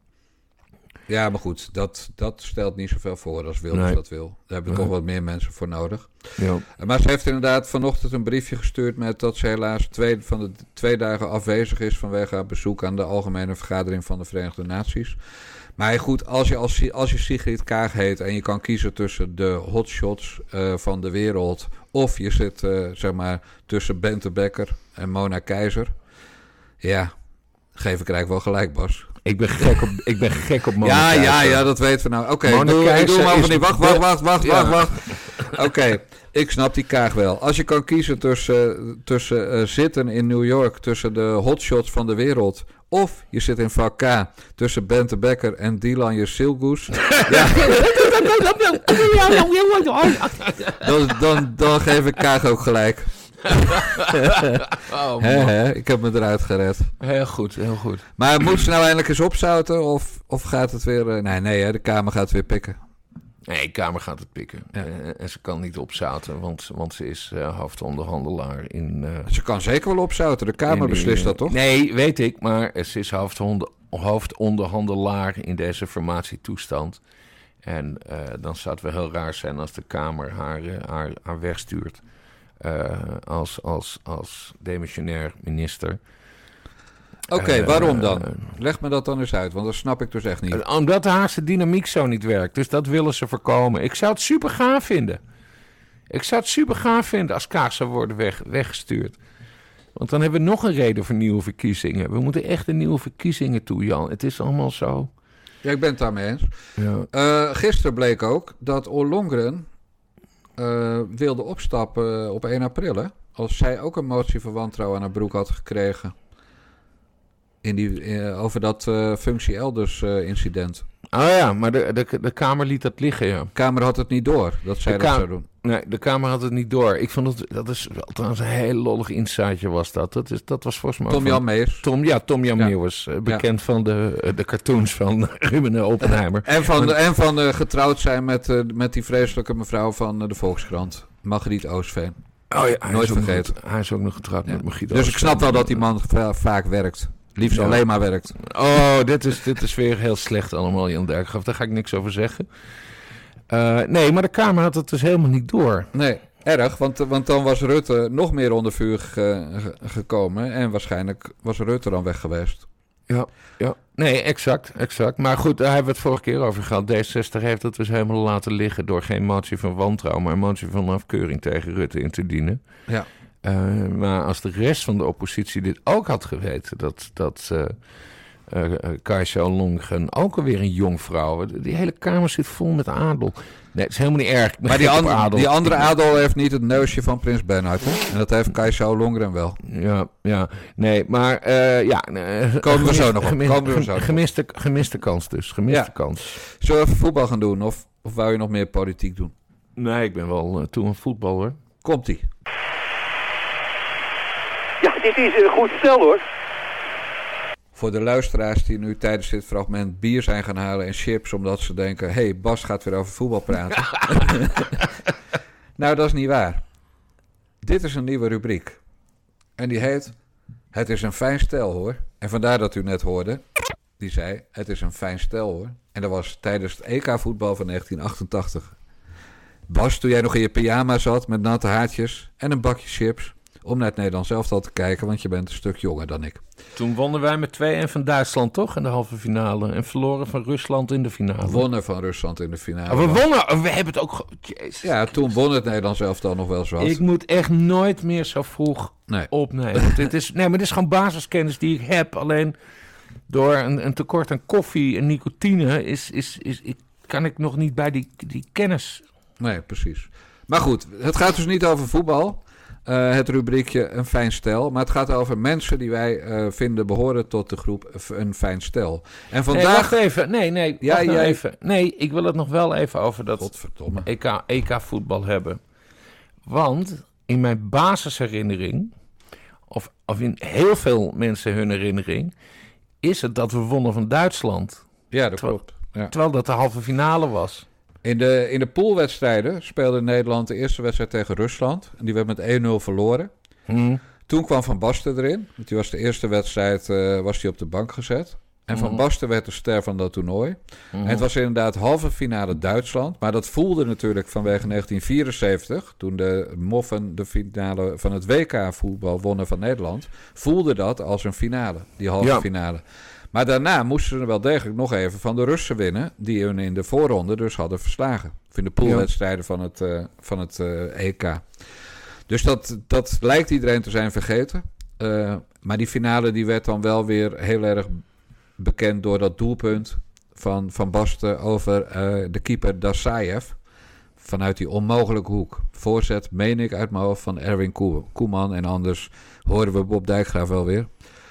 Ja, maar goed, dat, dat stelt niet zoveel voor als Wilders nee. dat wil. Daar hebben we nee. toch wat meer mensen voor nodig. Ja. Maar ze heeft inderdaad vanochtend een briefje gestuurd met dat ze helaas twee, van de twee dagen afwezig is vanwege haar bezoek aan de Algemene Vergadering van de Verenigde Naties. Maar goed, als je, als, als je Sigrid Kaag heet en je kan kiezen tussen de hotshots uh, van de wereld, of je zit uh, zeg maar tussen Bente Bekker en Mona Keizer. Ja, geef ik eigenlijk wel gelijk, Bas. Ik ben gek op, ik ben gek op Mona ja, Keizer. Ja, ja, dat weten we nou. Oké, okay, doe, ik doe maar van die... Wacht, wacht, wacht, wacht, ja. wacht, wacht. Oké, okay, ik snap die Kaag wel. Als je kan kiezen tussen, tussen uh, zitten in New York, tussen de hotshots van de wereld, of je zit in vak K tussen Bente Bekker en Dilan Yesilgoes. Ja. dan, dan, dan geef ik Kaag ook gelijk. oh, He, he, ik heb me eruit gered. Heel goed, heel goed. Maar moet ze nou eindelijk eens opzouten? Of, of gaat het weer... Uh, nee, nee hè, de Kamer gaat het weer pikken. Nee, de Kamer gaat het pikken. Ja. Uh, en ze kan niet opzouten, want, want ze is uh, hoofdonderhandelaar in... Uh, ze kan zeker wel opzouten. De Kamer die, beslist dat, toch? Nee, weet ik. Maar ze is hoofdonder, hoofdonderhandelaar in deze formatietoestand. En uh, dan zou het wel heel raar zijn als de Kamer haar, uh, haar, haar wegstuurt. Uh, als, als, als demissionair minister. Oké, okay, uh, waarom dan? Leg me dat dan eens uit, want dat snap ik dus echt niet. Uh, omdat de Haagse dynamiek zo niet werkt. Dus dat willen ze voorkomen. Ik zou het super gaaf vinden. Ik zou het super gaaf vinden als Kaag zou worden weg, weggestuurd. Want dan hebben we nog een reden voor nieuwe verkiezingen. We moeten echt een nieuwe verkiezingen toe, Jan. Het is allemaal zo... Ja, ik ben het daarmee eens. Ja. Uh, gisteren bleek ook dat Ollongren uh, wilde opstappen op één april. Hè? Als zij ook een motie van wantrouwen aan haar broek had gekregen. In die, uh, over dat uh, functie elders uh, incident. Oh ja, maar de, de, de Kamer liet dat liggen, ja. De Kamer had het niet door dat zij de dat Ka- zou doen. Nee, de Kamer had het niet door. Ik vond het, dat is wel trouwens een heel lollig insightje was dat. Dat, is, dat was volgens mij... Tom Jan Meers. Tom, ja, Tom Jan ja. Meers. Uh, bekend ja. van de, de cartoons van Ruben Oppenheimer. En van, maar, en van uh, getrouwd zijn met, uh, met die vreselijke mevrouw van uh, de Volkskrant. Margriet Oostveen. Oh ja, nooit vergeten. Nog, hij is ook nog getrouwd ja. met Margriet Dus Oostveen. ik snap wel dat die man va- vaak werkt. Liefst ja. alleen maar werkt. Oh, dit is, dit is weer heel slecht allemaal, Jan Dijkgraaf. Daar ga ik niks over zeggen. Uh, nee, maar de Kamer had het dus helemaal niet door. Nee, erg. Want, want dan was Rutte nog meer onder vuur ge, ge, gekomen. En waarschijnlijk was Rutte dan weg geweest. Ja, ja. Nee, exact, exact. Maar goed, daar hebben we het vorige keer over gehad. D zestig heeft het dus helemaal laten liggen door geen motie van wantrouwen, maar een motie van afkeuring tegen Rutte in te dienen. Ja. Uh, maar als de rest van de oppositie dit ook had geweten, dat, dat uh, uh, Kajsa Ollongren ook alweer een jong vrouw, die hele Kamer zit vol met adel. Nee, het is helemaal niet erg. Maar die, and, adel. die andere adel heeft niet het neusje van Prins Bernhard, hè? En dat heeft Kajsa Ollongren wel. Ja, ja. Nee, maar uh, ja. Uh, Komen we zo nog op. Gemis, Komen we zo nog gemiste, gemiste kans dus. Gemiste ja. kans. Zullen we even voetbal gaan doen? Of, of wou je nog meer politiek doen? Nee, ik ben wel uh, toe aan voetbal, hoor. Komt-ie. Ja, dit is een goed stel, hoor. Voor de luisteraars die nu tijdens dit fragment bier zijn gaan halen en chips, omdat ze denken, hé, hey, Bas gaat weer over voetbal praten. Nou, dat is niet waar. Dit is een nieuwe rubriek. En die heet, het is een fijn stel, hoor. En vandaar dat u net hoorde, die zei, het is een fijn stel, hoor. En dat was tijdens het E K-voetbal van negentien achtentachtig. Bas, toen jij nog in je pyjama zat met natte haartjes en een bakje chips, om naar het Nederlands elftal te kijken, want je bent een stuk jonger dan ik. Toen wonnen wij met twee-een van Duitsland, toch? In de halve finale. En verloren van Rusland in de finale. Wonnen van Rusland in de finale. Oh, we wonnen! We hebben het ook... Ge- Jezus. Ja, toen won het Nederlands elftal nog wel zo wat. Ik moet echt nooit meer zo vroeg nee. opnemen. dit is, nee, maar dit is gewoon basiskennis die ik heb. Alleen door een, een tekort aan koffie en nicotine is, is, is, is, kan ik nog niet bij die, die kennis. Nee, precies. Maar goed, het gaat dus niet over voetbal. Uh, het rubriekje een fijn stel. Maar het gaat over mensen die wij uh, vinden behoren tot de groep een fijn stel. En vandaag... Nee, wacht even. Nee, nee, ja, wacht jij... even. Nee, ik wil het nog wel even over dat E K, E K voetbal hebben. Want in mijn basisherinnering, of, of in heel veel mensen hun herinnering, is het dat we wonnen van Duitsland. Ja, dat terwijl, klopt. Ja. Terwijl dat de halve finale was. In de, in de poolwedstrijden speelde Nederland de eerste wedstrijd tegen Rusland. En die werd met één nul verloren. Hmm. Toen kwam Van Basten erin. Want die was de eerste wedstrijd uh, was die op de bank gezet. En Van hmm. Basten werd de ster van dat toernooi. Hmm. En het was inderdaad halve finale Duitsland. Maar dat voelde natuurlijk vanwege negentien vierenzeventig... toen de Moffen de finale van het W K voetbal wonnen van Nederland... voelde dat als een finale, die halve ja. finale. Maar daarna moesten ze wel degelijk nog even van de Russen winnen... die hun in de voorronde dus hadden verslagen. Of in de poolwedstrijden van het, uh, van het uh, E K. Dus dat, dat lijkt iedereen te zijn vergeten. Uh, maar die finale die werd dan wel weer heel erg bekend... door dat doelpunt van Van Basten over uh, de keeper Dasaev... vanuit die onmogelijke hoek. Voorzet, meen ik uit mijn hoofd, van Erwin Koeman. En anders horen we Bob Dijkgraaf wel weer...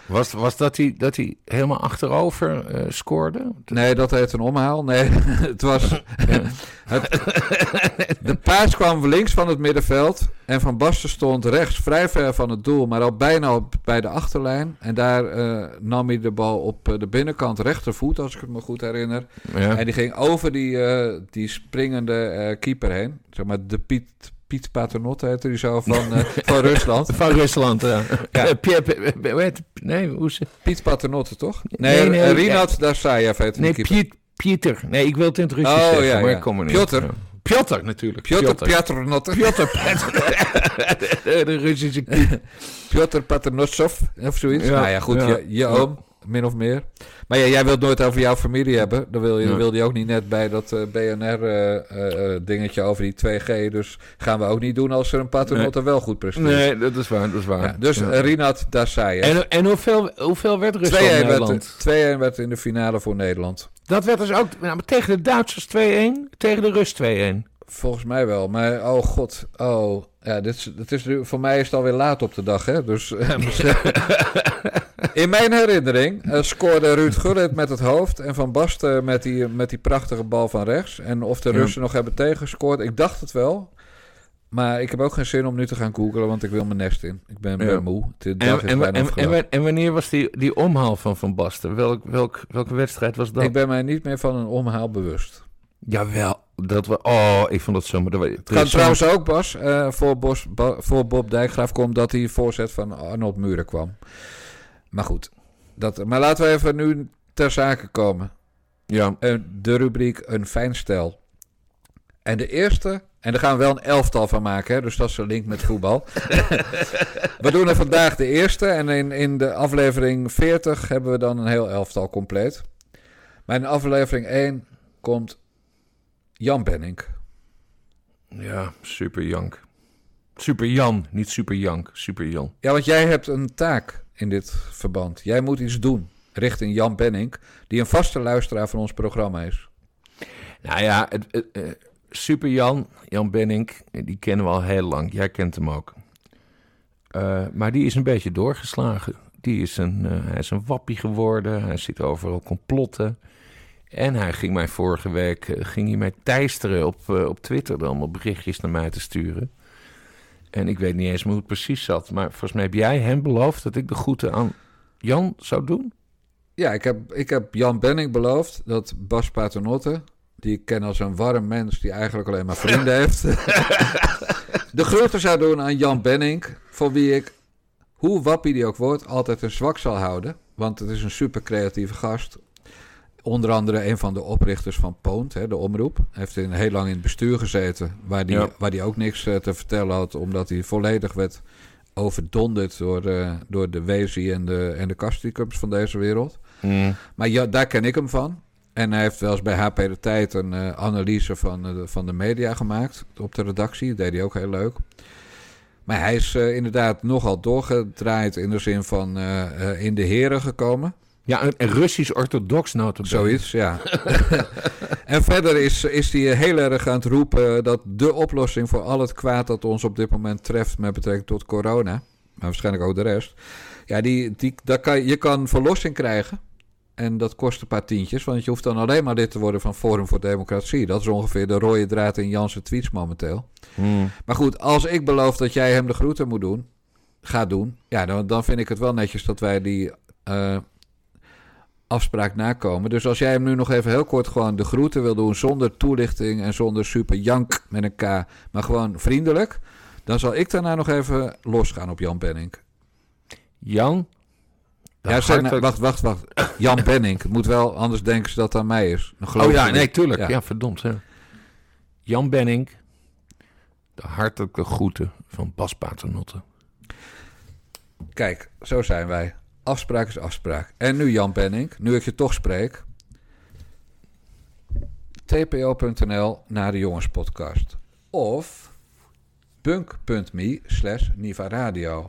Was, was dat hij dat hij helemaal achterover uh, scoorde? Nee, dat heet een omhaal. Nee, het was... het, de paas kwam links van het middenveld. En Van Basten stond rechts vrij ver van het doel. Maar al bijna op, bij de achterlijn. En daar uh, nam hij de bal op uh, de binnenkant rechtervoet, als ik het me goed herinner. Ja. En die ging over die, uh, die springende uh, keeper heen. Zeg maar de Piet... Piet Paternotte heette die zo van, uh, van Rusland. Van Rusland, ja. ja. Uh, nee, hoe is het? Piet Paternotte, toch? Nee, nee, nee Rinat ja. Dassajev heette nee, die keeper. Nee, Pieter. Nee, ik wil het in het Russisch oh, zeggen, ja, maar ja. ik kom er niet. Piotr. Ja. Piotr, natuurlijk. Piotr Paternotte. Piotr de, de Russische keeper. Piotr Paternotsov, of zoiets. Ja, nou ja, goed, ja. je, je oom, ja. min of meer. Maar ja, jij wilt nooit over jouw familie hebben. Dan wil je, ja. wilde je ook niet net bij dat uh, B N R-dingetje uh, uh, over die twee G. Dus gaan we ook niet doen als er een Paternotte nee. wel goed presteert. Nee, dat is waar. Dat is waar. Ja, dus ja. Rinat Dassajev. En, en hoeveel, hoeveel werd Rusland Nederland? twee-een werd in de finale voor Nederland. Dat werd dus ook nou, tegen de Duitsers twee-een, tegen de Rus twee-een. Volgens mij wel, maar oh god, oh... Ja, dit is, dit is, voor mij is het alweer laat op de dag, hè. Dus... In mijn herinnering uh, scoorde Ruud Gullit met het hoofd en Van Basten met die, met die prachtige bal van rechts. En of de Russen ja. nog hebben tegengescoord, ik dacht het wel. Maar ik heb ook geen zin om nu te gaan googlen, want ik wil mijn nest in. Ik ben, ja. ben moe. De dag en, is bijna en, en, en wanneer was die, die omhaal van Van Basten? Welk, welk, welke wedstrijd was dat? Ik ben mij niet meer van een omhaal bewust. Jawel, dat was... Oh, ik vond dat zomaar... Het kan trouwens zo... ook, Bas, uh, voor, Bos, Bo, voor Bob Dijkgraaf kwam dat hij voorzet van Arnold Muren kwam. Maar goed, dat, maar laten we even nu ter zake komen. Ja. Uh, de rubriek Een Fijn Stel. En de eerste, en daar gaan we wel een elftal van maken, hè, dus dat is een link met voetbal. We doen er vandaag de eerste en in, in de aflevering veertig hebben we dan een heel elftal compleet. Maar in aflevering één komt Jan Benink. Ja, super Jank. Super Jan, niet super Jank, super Jan. Ja, want jij hebt een taak in dit verband. Jij moet iets doen richting Jan Benink, die een vaste luisteraar van ons programma is. Nou ja, het, het, uh, super Jan, Jan Benink, die kennen we al heel lang. Jij kent hem ook. Uh, maar die is een beetje doorgeslagen. Die is een, uh, hij is een wappie geworden. Hij ziet overal complotten. En hij ging mij vorige week uh, ging hij mij teisteren op, uh, op Twitter, dan allemaal berichtjes naar mij te sturen. En ik weet niet eens meer hoe het precies zat. Maar volgens mij heb jij hem beloofd dat ik de groeten aan Jan zou doen? Ja, ik heb, ik heb Jan Benink beloofd dat Bas Paternotte, die ik ken als een warm mens die eigenlijk alleen maar vrienden heeft, de groeten zou doen aan Jan Benink, voor wie ik, hoe wappie die ook wordt, altijd een zwak zal houden. Want het is een super creatieve gast. Onder andere een van de oprichters van Poont, hè, de omroep. Hij heeft in, heel lang in het bestuur gezeten, waar die, ja. waar die ook niks uh, te vertellen had, omdat hij volledig werd overdonderd door, uh, door de Wezi en de, en de Kasticums van deze wereld. Mm. Maar ja, daar ken ik hem van. En hij heeft wel eens bij H P De Tijd een uh, analyse van, uh, van de media gemaakt op de redactie. Dat deed hij ook heel leuk. Maar hij is uh, inderdaad nogal doorgedraaid in de zin van uh, uh, in de heren gekomen. Ja, een Russisch-orthodox notabene. Zoiets, ja. En verder is, is hij heel erg aan het roepen dat de oplossing voor al het kwaad dat ons op dit moment treft met betrekking tot corona, maar waarschijnlijk ook de rest, ja, die, die, daar kan, je kan verlossing krijgen. En dat kost een paar tientjes, want je hoeft dan alleen maar lid te worden van Forum voor Democratie. Dat is ongeveer de rode draad in Jan's tweets momenteel. Hmm. Maar goed, als ik beloof dat jij hem de groeten moet doen, ga doen, ja, dan, dan vind ik het wel netjes dat wij die Uh, afspraak nakomen. Dus als jij hem nu nog even heel kort gewoon de groeten wil doen, zonder toelichting en zonder super jank met een K, maar gewoon vriendelijk, dan zal ik daarna nog even losgaan op Jan Benink. Jan? Ja, zeg, nou, wacht, wacht, wacht. Jan Benink. Het moet wel, anders denken ze dat het aan mij is. Oh ja, nee, tuurlijk. Ja, ja verdomd. Hè. Jan Benink, de hartelijke groeten van Bas Paternotte. Kijk, zo zijn wij. Afspraak is afspraak. En nu Jan Benink, nu ik je toch spreek. t p o punt n l naar de jongenspodcast. Of bunk.me slash Niva Radio.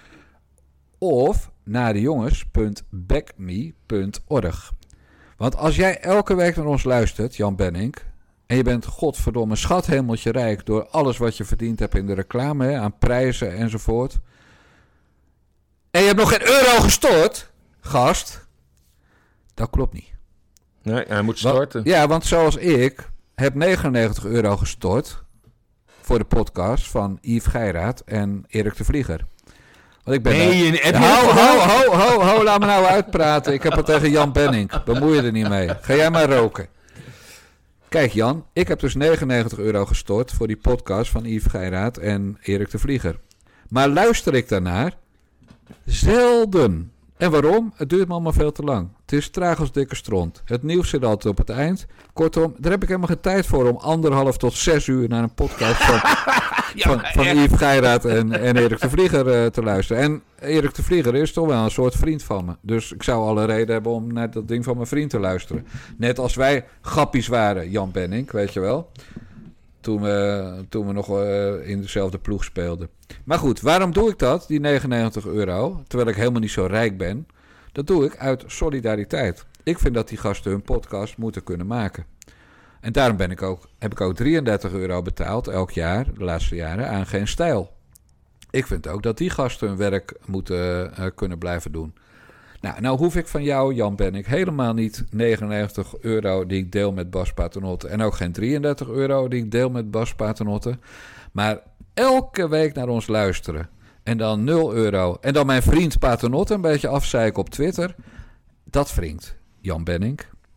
Of naar de jongens punt backme punt org. Want als jij elke week naar ons luistert, Jan Benink, en je bent godverdomme schathemeltje rijk door alles wat je verdiend hebt in de reclame, hè, aan prijzen enzovoort. En je hebt nog geen euro gestort, gast. Dat klopt niet. Nee, hij moet storten. Want, ja, want zoals ik heb negenennegentig euro gestort voor de podcast van Yves Geiraat en Erik de Vlieger. Want ik ben nee, uh, je, heb ho, je ho, ho, ho, ho, ho, laat me nou uitpraten. Ik heb het tegen Jan Benning. Bemoei je er niet mee. Ga jij maar roken. Kijk Jan, ik heb dus negenennegentig euro gestort voor die podcast van Yves Geiraat en Erik de Vlieger. Maar luister ik daarnaar? Zelden. En waarom? Het duurt me allemaal veel te lang. Het is traag als dikke stront. Het nieuws zit altijd op het eind. Kortom, daar heb ik helemaal geen tijd voor om anderhalf tot zes uur naar een podcast van, ja, van, van Yves Geiraat en, en Erik de Vlieger uh, te luisteren. En Erik de Vlieger is toch wel een soort vriend van me. Dus ik zou alle reden hebben om naar dat ding van mijn vriend te luisteren. Net als wij grappies waren, Jan Benning, weet je wel. Toen we, toen we nog uh, in dezelfde ploeg speelden. Maar goed, waarom doe ik dat, die negenennegentig euro, terwijl ik helemaal niet zo rijk ben? Dat doe ik uit solidariteit. Ik vind dat die gasten hun podcast moeten kunnen maken. En daarom ben ik ook, heb ik ook drieëndertig euro betaald elk jaar, de laatste jaren, aan Geen Stijl. Ik vind ook dat die gasten hun werk moeten uh, kunnen blijven doen. Nou, nou hoef ik van jou, Jan Benning, helemaal niet negenennegentig euro die ik deel met Bas Paternotte. En ook geen drieëndertig euro die ik deel met Bas Paternotte. Maar elke week naar ons luisteren. En dan nul euro. En dan mijn vriend Paternotte een beetje afzeiken op Twitter. Dat wringt, Jan Benning.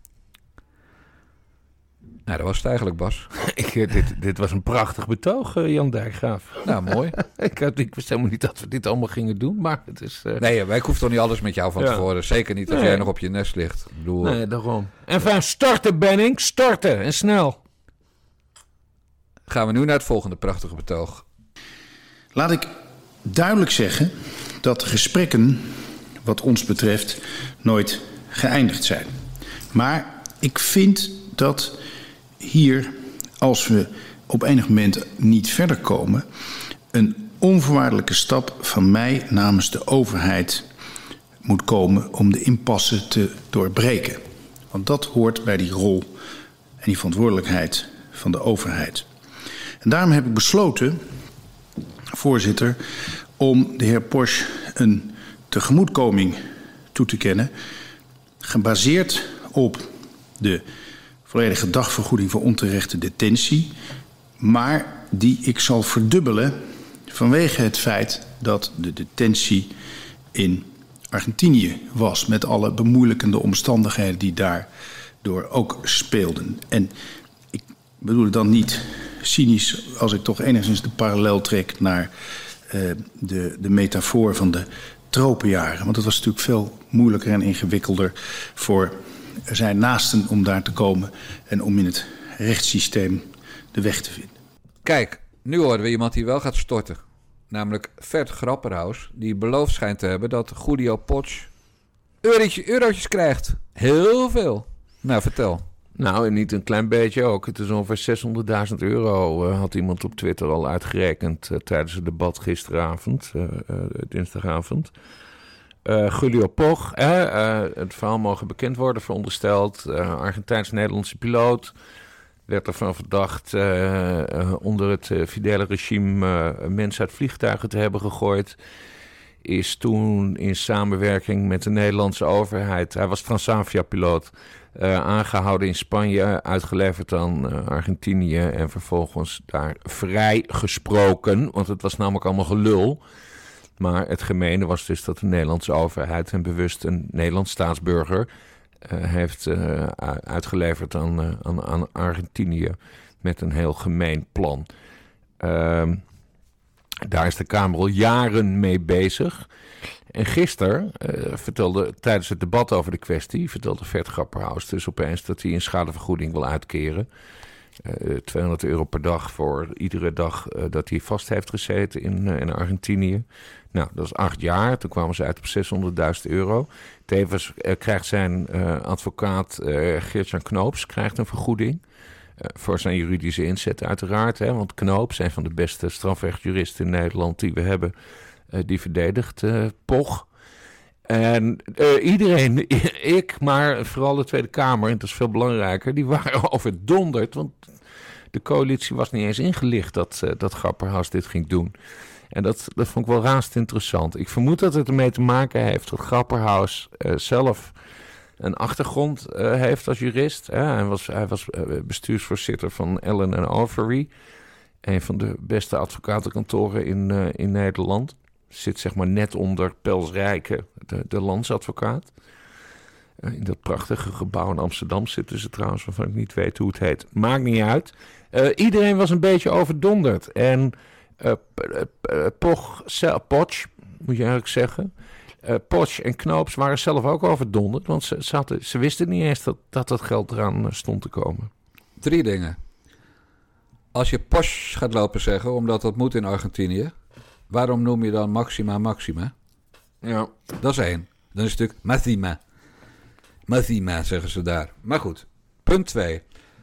Nou, dat was het eigenlijk, Bas. ik, dit, dit was een prachtig betoog, uh, Jan Dijkgraaf. Nou, mooi. ik, had, ik wist helemaal niet dat we dit allemaal gingen doen, maar het is... Uh... Nee, wij hoeven toch niet alles met jou van ja. tevoren. Zeker niet als nee. jij nog op je nest ligt. Ik bedoel, nee, daarom. En van starten, Benning. Starten. En snel. Gaan we nu naar het volgende prachtige betoog. Laat ik duidelijk zeggen dat de gesprekken, wat ons betreft, nooit geëindigd zijn. Maar ik vind dat hier, als we op enig moment niet verder komen, een onvoorwaardelijke stap van mij namens de overheid moet komen om de impasse te doorbreken. Want dat hoort bij die rol en die verantwoordelijkheid van de overheid. En daarom heb ik besloten, voorzitter, om de heer Posch een tegemoetkoming toe te kennen, gebaseerd op de volledige dagvergoeding voor onterechte detentie, maar die ik zal verdubbelen vanwege het feit dat de detentie in Argentinië was, met alle bemoeilijkende omstandigheden die daardoor ook speelden. En ik bedoel het dan niet cynisch als ik toch enigszins de parallel trek naar uh, de, de metafoor van de tropenjaren. Want het was natuurlijk veel moeilijker en ingewikkelder voor zijn naasten om daar te komen en om in het rechtssysteem de weg te vinden. Kijk, nu horen we iemand die wel gaat storten. Namelijk Vert Grapperhaus, die beloofd schijnt te hebben dat Julio Posch eurotje, eurotjes krijgt. Heel veel. Nou, vertel. Nou, en niet een klein beetje ook. Het is ongeveer zeshonderdduizend euro, uh, had iemand op Twitter al uitgerekend uh, tijdens het debat gisteravond, uh, uh, dinsdagavond. Uh, Julio Poch, uh, uh, het verhaal mogen bekend worden, verondersteld. Uh, Argentijns-Nederlandse piloot. Werd ervan verdacht uh, uh, onder het uh, fidele regime uh, mensen uit vliegtuigen te hebben gegooid. Is toen in samenwerking met de Nederlandse overheid, hij was Transavia-piloot, uh, aangehouden in Spanje, uitgeleverd aan uh, Argentinië en vervolgens daar vrijgesproken. Want het was namelijk allemaal gelul. Maar het gemene was dus dat de Nederlandse overheid hem bewust een Nederlands staatsburger uh, heeft uh, uitgeleverd aan, uh, aan, aan Argentinië met een heel gemeen plan. Uh, daar is de Kamer al jaren mee bezig. En gisteren uh, vertelde, tijdens het debat over de kwestie, vertelde Vert Grapperhaus dus opeens dat hij een schadevergoeding wil uitkeren. Uh, tweehonderd euro per dag voor iedere dag uh, dat hij vast heeft gezeten in, uh, in Argentinië. Nou, dat is acht jaar. Toen kwamen ze uit op zeshonderdduizend euro. Tevens uh, krijgt zijn uh, advocaat uh, Geert-Jan Knoops krijgt een vergoeding. Uh, voor zijn juridische inzet uiteraard. Hè, want Knoops, een van de beste strafrechtjuristen in Nederland die we hebben, uh, die verdedigt uh, Poch. En uh, iedereen, ik, maar vooral de Tweede Kamer, en dat is veel belangrijker, die waren overdonderd. Want de coalitie was niet eens ingelicht dat, uh, dat Grapperhaus dit ging doen. En dat, dat vond ik wel raast interessant. Ik vermoed dat het ermee te maken heeft dat Grapperhaus uh, zelf een achtergrond uh, heeft als jurist. Hè? Hij was, hij was uh, bestuursvoorzitter van Allen en Overy. Een van de beste advocatenkantoren in, uh, in Nederland. Zit zeg maar net onder Pels Rijke, de, de landsadvocaat. Uh, in dat prachtige gebouw in Amsterdam zitten ze trouwens, waarvan ik niet weet hoe het heet. Maakt niet uit. Uh, iedereen was een beetje overdonderd. En uh, uh, Poch, Poch, moet je eigenlijk zeggen... Uh, Poch en Knoops waren zelf ook overdonderd, want ze, ze, hadden, ze wisten niet eens dat, dat dat geld eraan stond te komen. Drie dingen. Als je Poch gaat lopen zeggen, omdat dat moet in Argentinië, waarom noem je dan Maxima Maxima? Ja. Dat is één. Dan is het natuurlijk Maxima. Maxima zeggen ze daar. Maar goed, punt twee.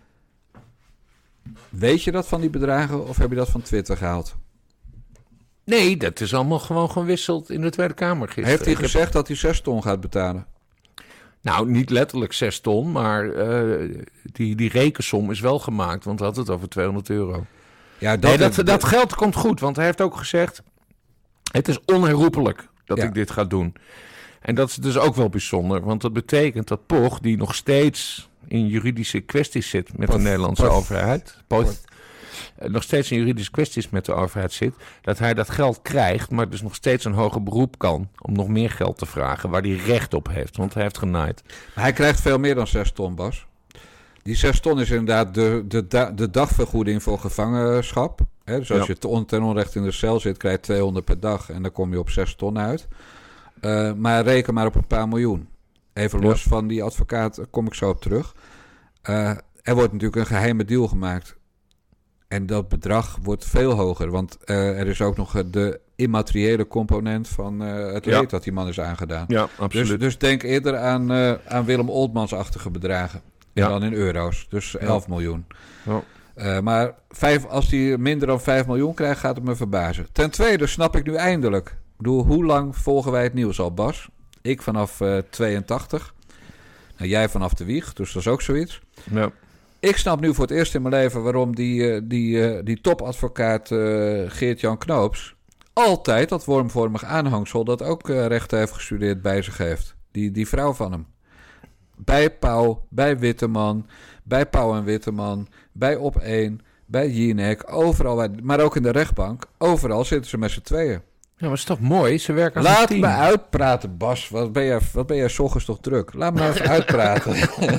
Weet je dat van die bedragen of heb je dat van Twitter gehaald? Nee, dat is allemaal gewoon gewisseld in de Tweede Kamer gisteren. Heeft hij gezegd heb... dat hij zes ton gaat betalen? Nou, niet letterlijk zes ton, maar uh, die, die rekensom is wel gemaakt, want hij had het over tweehonderd euro. Ja, dat, nee, dat, het, dat geld komt goed, want hij heeft ook gezegd, het is onherroepelijk dat ja. ik dit ga doen. En dat is dus ook wel bijzonder, want dat betekent dat Poch, die nog steeds in juridische kwesties zit met Poch, de Nederlandse Poch, overheid... Poch, Poch. nog steeds in juridische kwesties met de overheid zit, dat hij dat geld krijgt, maar dus nog steeds een hoger beroep kan om nog meer geld te vragen, waar hij recht op heeft, want hij heeft genaaid. Maar hij krijgt veel meer dan zes ton, Bas. Die zes ton is inderdaad de, de, de dagvergoeding voor gevangenschap. Hè? Dus als ja. je ten onrecht in de cel zit, krijg je tweehonderd per dag en dan kom je op zes ton uit. Uh, maar reken maar op een paar miljoen. Even los ja. van die advocaat, kom ik zo op terug. Uh, er wordt natuurlijk een geheime deal gemaakt. En dat bedrag wordt veel hoger, want uh, er is ook nog de immateriële component van uh, het leed ja. dat die man is aangedaan. Ja, absoluut. Dus, dus denk eerder aan, uh, aan Willem Oltmans-achtige bedragen ja. dan in euro's. Dus elf ja. miljoen. Ja. Uh, maar vijf, als hij minder dan vijf miljoen krijgt, gaat het me verbazen. Ten tweede snap ik nu eindelijk. Ik bedoel, hoe lang volgen wij het nieuws al, Bas? Ik vanaf uh, tweeëntachtig. Nou, jij vanaf de wieg, dus dat is ook zoiets. Ja. Ik snap nu voor het eerst in mijn leven waarom die, die, die topadvocaat uh, Geert-Jan Knoops altijd dat wormvormig aanhangsel dat ook uh, rechten heeft gestudeerd bij zich heeft. Die, die vrouw van hem. Bij Pauw, bij Witteman, bij Pauw en Witteman, bij Op één, bij Jinek, overal, bij, maar ook in de rechtbank. Overal zitten ze met z'n tweeën. Ja, maar is toch mooi? Ze werken als Laat een team. me uitpraten, Bas. Wat ben jij, wat ben jij 's ochtends toch druk? Laat me nou even uitpraten.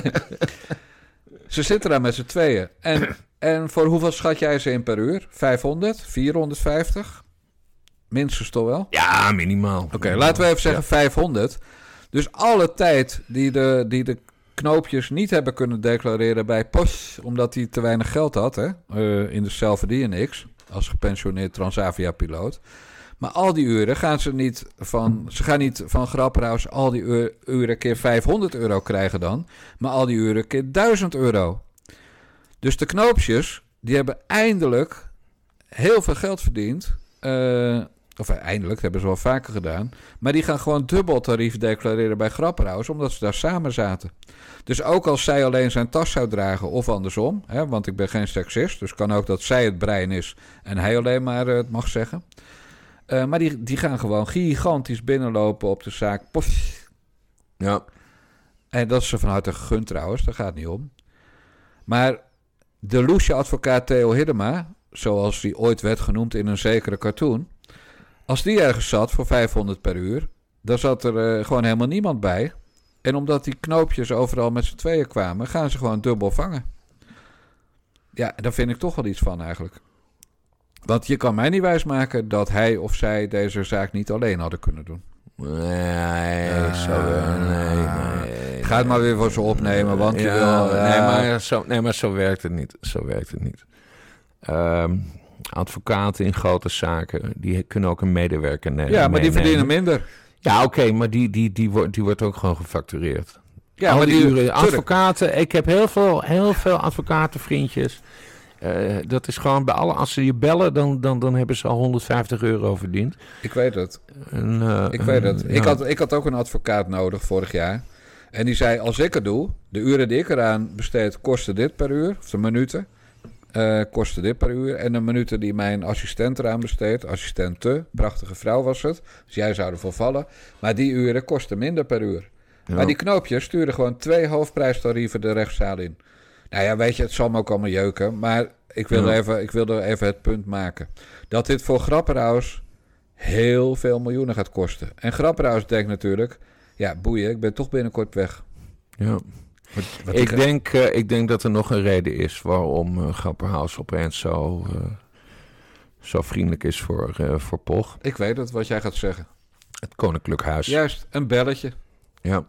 Ze zitten daar met z'n tweeën. En, en voor hoeveel schat jij ze in per uur? vijfhonderd? vierhonderdvijftig? Minstens toch wel? Ja, minimaal. Oké, okay, laten we even zeggen ja. vijfhonderd. Dus alle tijd die de, die de knoopjes niet hebben kunnen declareren bij Post, omdat hij te weinig geld had, hè? Uh, in de cel verdien niks, als gepensioneerd Transavia-piloot. Maar al die uren gaan ze niet van... Ze gaan niet van Grapperhaus al die uur, uren keer vijfhonderd euro krijgen dan. Maar al die uren keer duizend euro. Dus de knoopjes, die hebben eindelijk heel veel geld verdiend. Uh, of eindelijk, dat hebben ze wel vaker gedaan. Maar die gaan gewoon dubbel tarief declareren bij Grapperhaus, omdat ze daar samen zaten. Dus ook als zij alleen zijn tas zou dragen of andersom. Hè, want ik ben geen seksist, dus kan ook dat zij het brein is en hij alleen maar uh, het mag zeggen. Uh, maar die, die gaan gewoon gigantisch binnenlopen op de zaak. Pof. Ja. En dat is ze van harte gegund trouwens, daar gaat het niet om. Maar de loesje advocaat Theo Hiddema, zoals die ooit werd genoemd in een zekere cartoon, als die ergens zat voor vijfhonderd per uur, dan zat er uh, gewoon helemaal niemand bij. En omdat die knoopjes overal met z'n tweeën kwamen, gaan ze gewoon dubbel vangen. Ja, daar vind ik toch wel iets van eigenlijk. Want je kan mij niet wijsmaken dat hij of zij deze zaak niet alleen hadden kunnen doen. Nee, uh, zo, nee, nee. Ga het maar weer voor ze opnemen, want je ja, wil... Uh, nee, maar zo, nee, maar zo werkt het niet. Zo werkt het niet. Um, advocaten in grote zaken, die kunnen ook een medewerker nemen. Ja, maar die verdienen minder. Ja, oké, okay, maar die, die, die, wordt, die wordt ook gewoon gefactureerd. Ja, Al maar die die uren, advocaten, ik heb heel veel, heel veel advocatenvriendjes. Uh, dat is gewoon bij alle, als ze je bellen, dan, dan, dan hebben ze al honderdvijftig euro verdiend. Ik weet het. En, uh, ik weet het. Ja. Ik, had, ik had ook een advocaat nodig vorig jaar. En die zei, als ik het doe, de uren die ik eraan besteed, kosten dit per uur, of de minuten. uh, kostte dit per uur. En de minuten die mijn assistent eraan besteedt, assistente, prachtige vrouw was het. Dus jij zou ervoor vallen. Maar die uren kosten minder per uur. Ja. Maar die knoopjes sturen gewoon twee hoofdprijstarieven de rechtszaal in. Nou ja, weet je, het zal me ook allemaal jeuken. Maar ik wilde, ja. even, ik wilde even het punt maken. Dat dit voor Grapperhaus heel veel miljoenen gaat kosten. En Grapperhaus denkt natuurlijk, ja, boeien, ik ben toch binnenkort weg. Ja. Wat, wat ik, ik, denk, uh, ik denk dat er nog een reden is waarom uh, Grapperhaus opeens zo, uh, zo vriendelijk is voor, uh, voor Poch. Ik weet het, wat jij gaat zeggen. Het Koninklijk Huis. Juist, een belletje. Ja.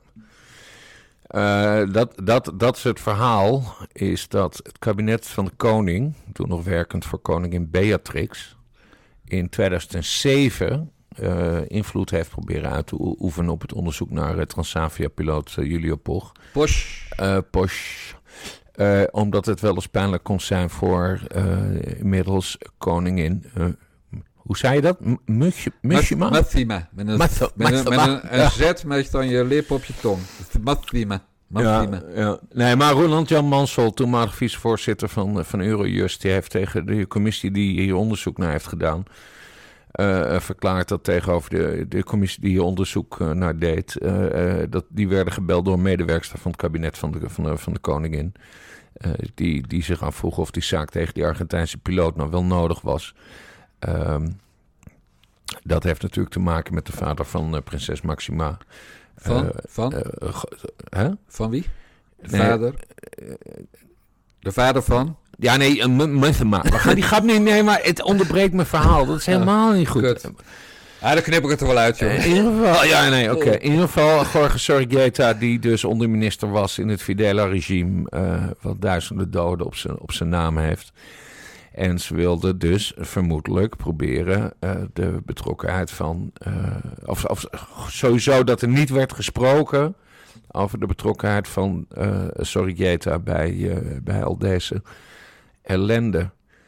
Uh, dat, dat, dat is het verhaal, is dat het kabinet van de koning, toen nog werkend voor koningin Beatrix, in tweeduizend zeven uh, invloed heeft proberen uit te oefenen op het onderzoek naar uh, Transavia-piloot uh, Julio Poch. Posch. Uh, Posch. Uh, omdat het wel eens pijnlijk kon zijn voor uh, inmiddels koningin... Uh, hoe zei je dat? Mushima? Mathima. Met een, met een, met een, een Z met dan je lip op je tong. Mathima. Ja, ja. Nee, maar Roland Jan Mansel, toenmalig vicevoorzitter van, van Eurojust, die heeft tegen de commissie die hier onderzoek naar heeft gedaan, uh, verklaard dat tegenover de, de commissie die hier onderzoek uh, naar deed, uh, uh, dat die werden gebeld door een medewerkster van het kabinet van de, van de, van de koningin. Uh, die, die zich afvroeg of die zaak tegen die Argentijnse piloot nou wel nodig was. Um, dat heeft natuurlijk te maken met de vader van uh, prinses Maxima. Van? Uh, van? Uh, uh, huh? Van wie? De nee, vader? Uh, de vader van? Ja, nee, uh, Maxima. We gaan die grap niet nemen, maar het onderbreekt mijn verhaal. Dat is helemaal niet goed. Kut. Ah, dan knip ik het er wel uit, joh. Uh, in ieder geval, ja, nee, oké. Okay. In ieder geval, Jorge Sorregeta, die dus onderminister was in het Fidela-regime, uh, wat duizenden doden op zijn op zijn naam heeft. En ze wilden dus vermoedelijk proberen uh, de betrokkenheid van... Uh, of, of sowieso dat er niet werd gesproken over de betrokkenheid van uh, Sorregeta bij, uh, bij al deze ellende.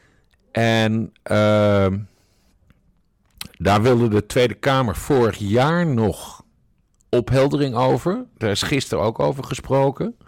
En uh, daar wilde de Tweede Kamer vorig jaar nog opheldering over. Daar is gisteren ook over gesproken.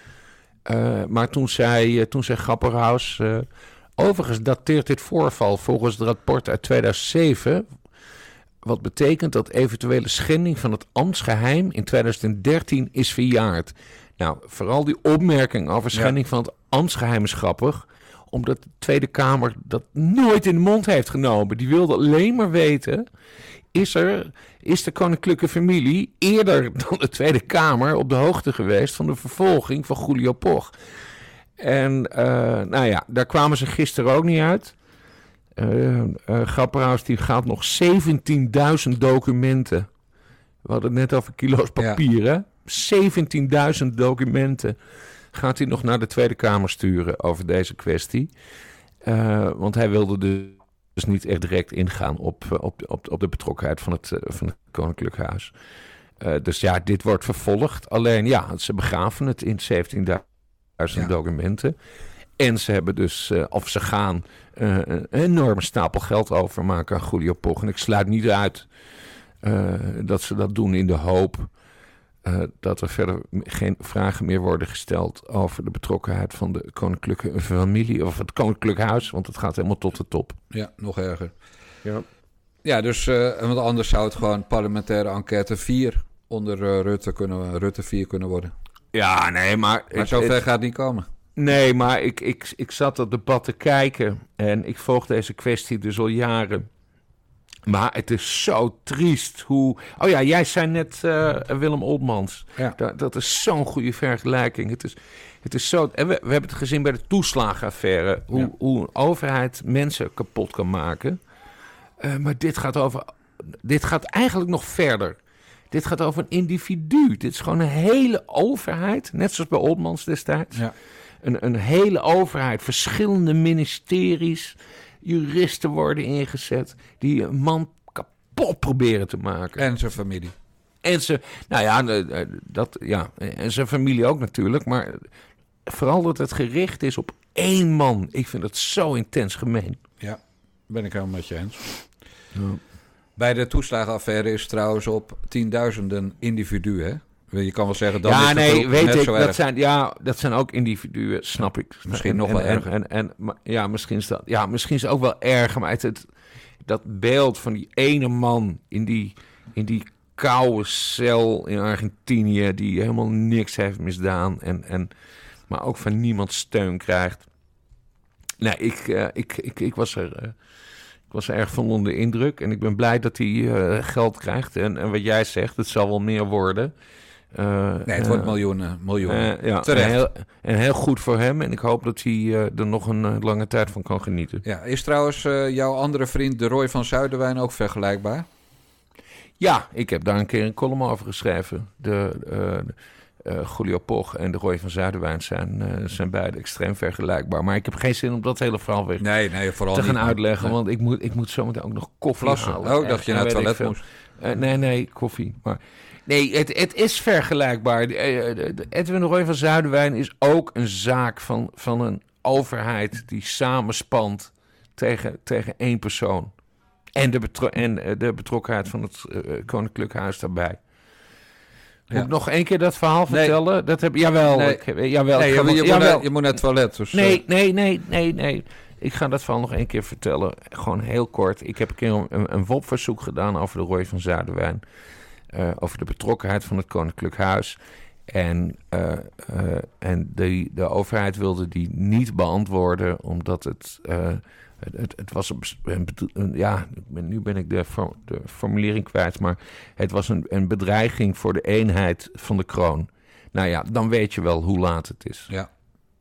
Uh, maar toen zei, uh, toen zei Grapperhaus... Uh, Overigens dateert dit voorval volgens het rapport uit tweeduizend zeven... wat betekent dat eventuele schending van het ambtsgeheim in tweeduizend dertien is verjaard. Nou, vooral die opmerking over schending ja. van het ambtsgeheim is grappig, omdat de Tweede Kamer dat nooit in de mond heeft genomen. Die wilde alleen maar weten, is, er, is de koninklijke familie eerder dan de Tweede Kamer op de hoogte geweest van de vervolging van Julio Poch? En uh, nou ja, daar kwamen ze gisteren ook niet uit. Uh, uh, Grapperhaus die gaat nog zeventienduizend documenten. We hadden het net over kilo's papier, ja. hè? zeventienduizend documenten gaat hij nog naar de Tweede Kamer sturen over deze kwestie. Uh, want hij wilde dus niet echt direct ingaan op, op, op, op de betrokkenheid van het, van het Koninklijk Huis. Uh, dus ja, dit wordt vervolgd. Alleen ja, ze begraven het in zeventienduizend ja. documenten. En ze hebben dus, uh, of ze gaan uh, een enorme stapel geld overmaken aan Julio Poch. En ik sluit niet uit uh, dat ze dat doen in de hoop uh, dat er verder geen vragen meer worden gesteld over de betrokkenheid van de koninklijke familie of het Koninklijk Huis. Want het gaat helemaal tot de top. Ja, nog erger. Ja, ja dus uh, want anders zou het gewoon parlementaire enquête vier onder uh, Rutte, kunnen, Rutte vier kunnen worden. Ja, nee, maar... Maar zover gaat het niet komen. Nee, maar ik, ik, ik zat dat debat te kijken en ik volg deze kwestie dus al jaren. Maar het is zo triest hoe... Oh ja, jij zei net uh, Willem Oltmans. Ja. Dat, dat is zo'n goede vergelijking. Het is, het is zo... En we, we hebben het gezien bij de toeslagenaffaire. Hoe, ja. hoe een overheid mensen kapot kan maken. Uh, maar dit gaat over... Dit gaat eigenlijk nog verder. Dit gaat over een individu. Dit is gewoon een hele overheid. Net zoals bij Oltmans destijds. Ja. Een, een hele overheid. Verschillende ministeries. Juristen worden ingezet. Die een man kapot proberen te maken. En zijn familie. En ze, nou ja, dat, ja, en zijn familie ook natuurlijk. Maar vooral dat het gericht is op één man. Ik vind het zo intens gemeen. Ja, ben ik helemaal met je eens. Ja. Bij de toeslagenaffaire is trouwens op tienduizenden individuen Je kan wel zeggen dat ja, is nee, weet net ik. zo Dat erg. zijn, ja, dat zijn ook individuen, snap ik. Misschien en, nog en, wel en, erger. En, en, en, ja, misschien is dat, ja, misschien is het ook wel erger. Maar het, het, dat beeld van die ene man in die, in die koude cel in Argentinië, die helemaal niks heeft misdaan, en, en, maar ook van niemand steun krijgt. Nee, ik, uh, ik, ik, ik was er... Uh, Ik was er erg van onder de indruk. En ik ben blij dat hij uh, geld krijgt. En, en wat jij zegt, het zal wel meer worden. Uh, nee, het uh, wordt miljoenen. miljoenen. Uh, ja, en heel, en heel goed voor hem. En ik hoop dat hij uh, er nog een uh, lange tijd van kan genieten. Ja, is trouwens uh, jouw andere vriend, de Roy van Zuiderwijn, ook vergelijkbaar? Ja, ik heb daar een keer een column over geschreven. De... Uh, Uh, Julio Poch en de Roy van Zuiderwijn zijn, uh, zijn beide extreem vergelijkbaar. Maar ik heb geen zin om dat hele verhaal weer nee, nee, vooral te gaan niet, uitleggen. Nee. Want ik moet, ik moet zometeen ook nog koffie Plassen. halen. Oh, dacht je naar het toilet moest. Uh, nee, nee, koffie. Maar nee, het, het is vergelijkbaar. Edwin de Roy van Zuiderwijn is ook een zaak van, van een overheid die samenspant tegen, tegen één persoon. En de, betro- en de betrokkenheid van het uh, Koninklijk Huis daarbij. Moet ja. ik nog één keer dat verhaal vertellen? Nee. Dat heb, jawel, nee. ik, jawel. Nee, ik je, nog, je, jawel. moet naar, je moet naar het toilet. Dus, nee, nee, nee, nee, nee. Ik ga dat verhaal nog één keer vertellen. Gewoon heel kort. Ik heb een keer een, een W O P-verzoek gedaan over de Roy van Zuiderwijn. Uh, over de betrokkenheid van het Koninklijk Huis. En, uh, uh, en de, de overheid wilde die niet beantwoorden, omdat het... Uh, Het, het, het was een, een, een ja, nu ben ik de, de formulering kwijt, maar het was een, een bedreiging voor de eenheid van de kroon. Nou ja, dan weet je wel hoe laat het is. Ja.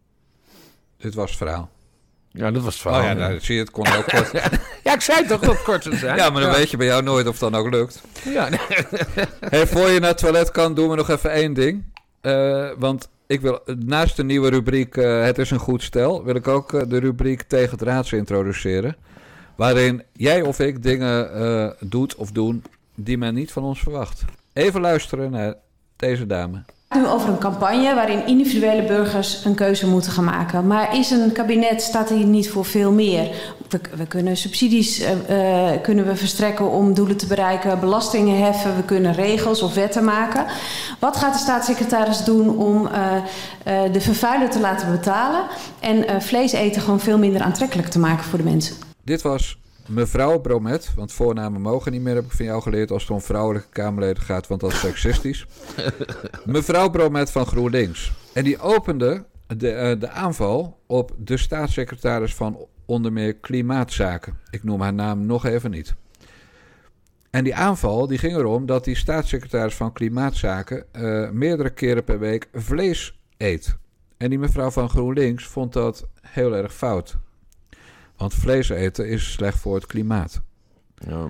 Dit was het verhaal. Ja, dat was het verhaal. Oh ja, nou, ja. Zie je, het kon ook kort. Ja, ik zei toch dat het kort zou zijn. Ja, maar dan ja. weet je bij jou nooit of het dan ook lukt. Ja. Hey, voor je naar het toilet kan, doen we nog even één ding. Uh, want... Ik wil naast de nieuwe rubriek uh, Het is een goed stel, wil ik ook uh, de rubriek Tegen Draads introduceren. Waarin jij of ik dingen uh, doet of doen die men niet van ons verwacht. Even luisteren naar deze dame. Het gaat nu over een campagne waarin individuele burgers een keuze moeten gaan maken. Maar is een kabinet, staat hier niet voor veel meer? We, we kunnen subsidies uh, uh, kunnen we verstrekken om doelen te bereiken, belastingen heffen, we kunnen regels of wetten maken. Wat gaat de staatssecretaris doen om uh, uh, de vervuiler te laten betalen en uh, vlees eten gewoon veel minder aantrekkelijk te maken voor de mensen? Dit was mevrouw Bromet, want voornamen mogen niet meer, heb ik van jou geleerd, als het om vrouwelijke Kamerleden gaat, want dat is seksistisch. Mevrouw Bromet van GroenLinks. En die opende de, uh, de aanval op de staatssecretaris van onder meer Klimaatzaken. Ik noem haar naam nog even niet. En die aanval die ging erom dat die staatssecretaris van Klimaatzaken uh, meerdere keren per week vlees eet. En die mevrouw van GroenLinks vond dat heel erg fout. Want vlees eten is slecht voor het klimaat. Ja.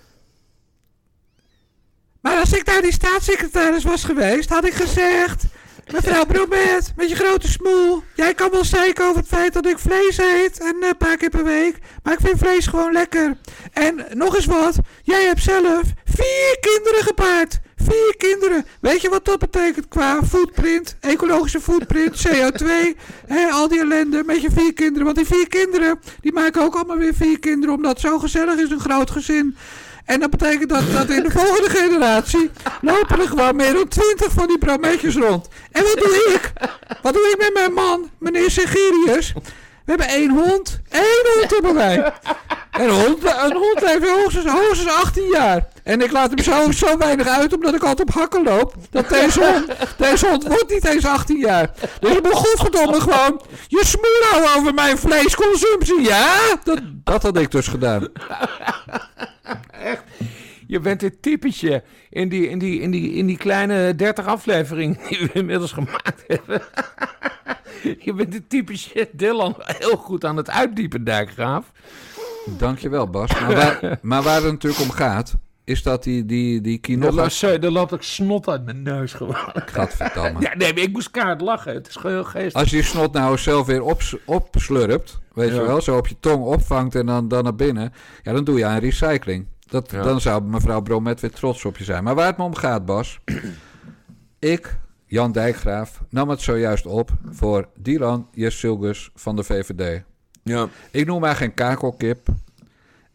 Maar als ik nou die staatssecretaris was geweest, had ik gezegd... Mevrouw Bromet, met je grote smoel. Jij kan wel zeiken over het feit dat ik vlees eet. En een paar keer per week. Maar ik vind vlees gewoon lekker. En nog eens wat. Jij hebt zelf vier kinderen gebaard. Vier kinderen. Weet je wat dat betekent qua footprint? Ecologische footprint, C O twee. Hè, al die ellende met je vier kinderen. Want die vier kinderen, die maken ook allemaal weer vier kinderen. Omdat het zo gezellig is, een groot gezin. En dat betekent dat, dat in de volgende generatie lopen er gewoon meer dan twintig van die brometjes rond. En wat doe ik? Wat doe ik met mijn man, meneer Segerius? We hebben één hond. Één hond hebben wij. Een hond, een hond heeft hoogstens, hoogstens achttien jaar. En ik laat hem zo, zo weinig uit, omdat ik altijd op hakken loop. Dat deze hond, deze hond wordt niet eens achttien jaar. Dus ik moet godverdomme gewoon je smoel houden over mijn vleesconsumptie. Ja, dat, dat had ik dus gedaan. Echt. Je bent het typetje in die, in die, in die, in die kleine dertig afleveringen die we inmiddels gemaakt hebben. Je bent het typetje Dylan heel goed aan het uitdiepen, Dijkgraaf. Dankjewel, Bas. Maar waar, maar waar het natuurlijk om gaat, is dat die, die, die quinoa... Er loopt ook snot uit mijn neus gewoon. Gadverdamme. Ja, nee, maar ik moest kaart lachen. Het is gewoon heel geestig. Als je die snot nou zelf weer op, opslurpt, weet ja. je wel, zo op je tong opvangt en dan, dan naar binnen, ja, dan doe je aan recycling. Dat, ja. Dan zou mevrouw Bromet weer trots op je zijn. Maar waar het me om gaat, Bas, ik, Jan Dijkgraaf, nam het zojuist op voor Dylan Jessilgus van de V V D. Ja. Ik noem haar geen kakelkip.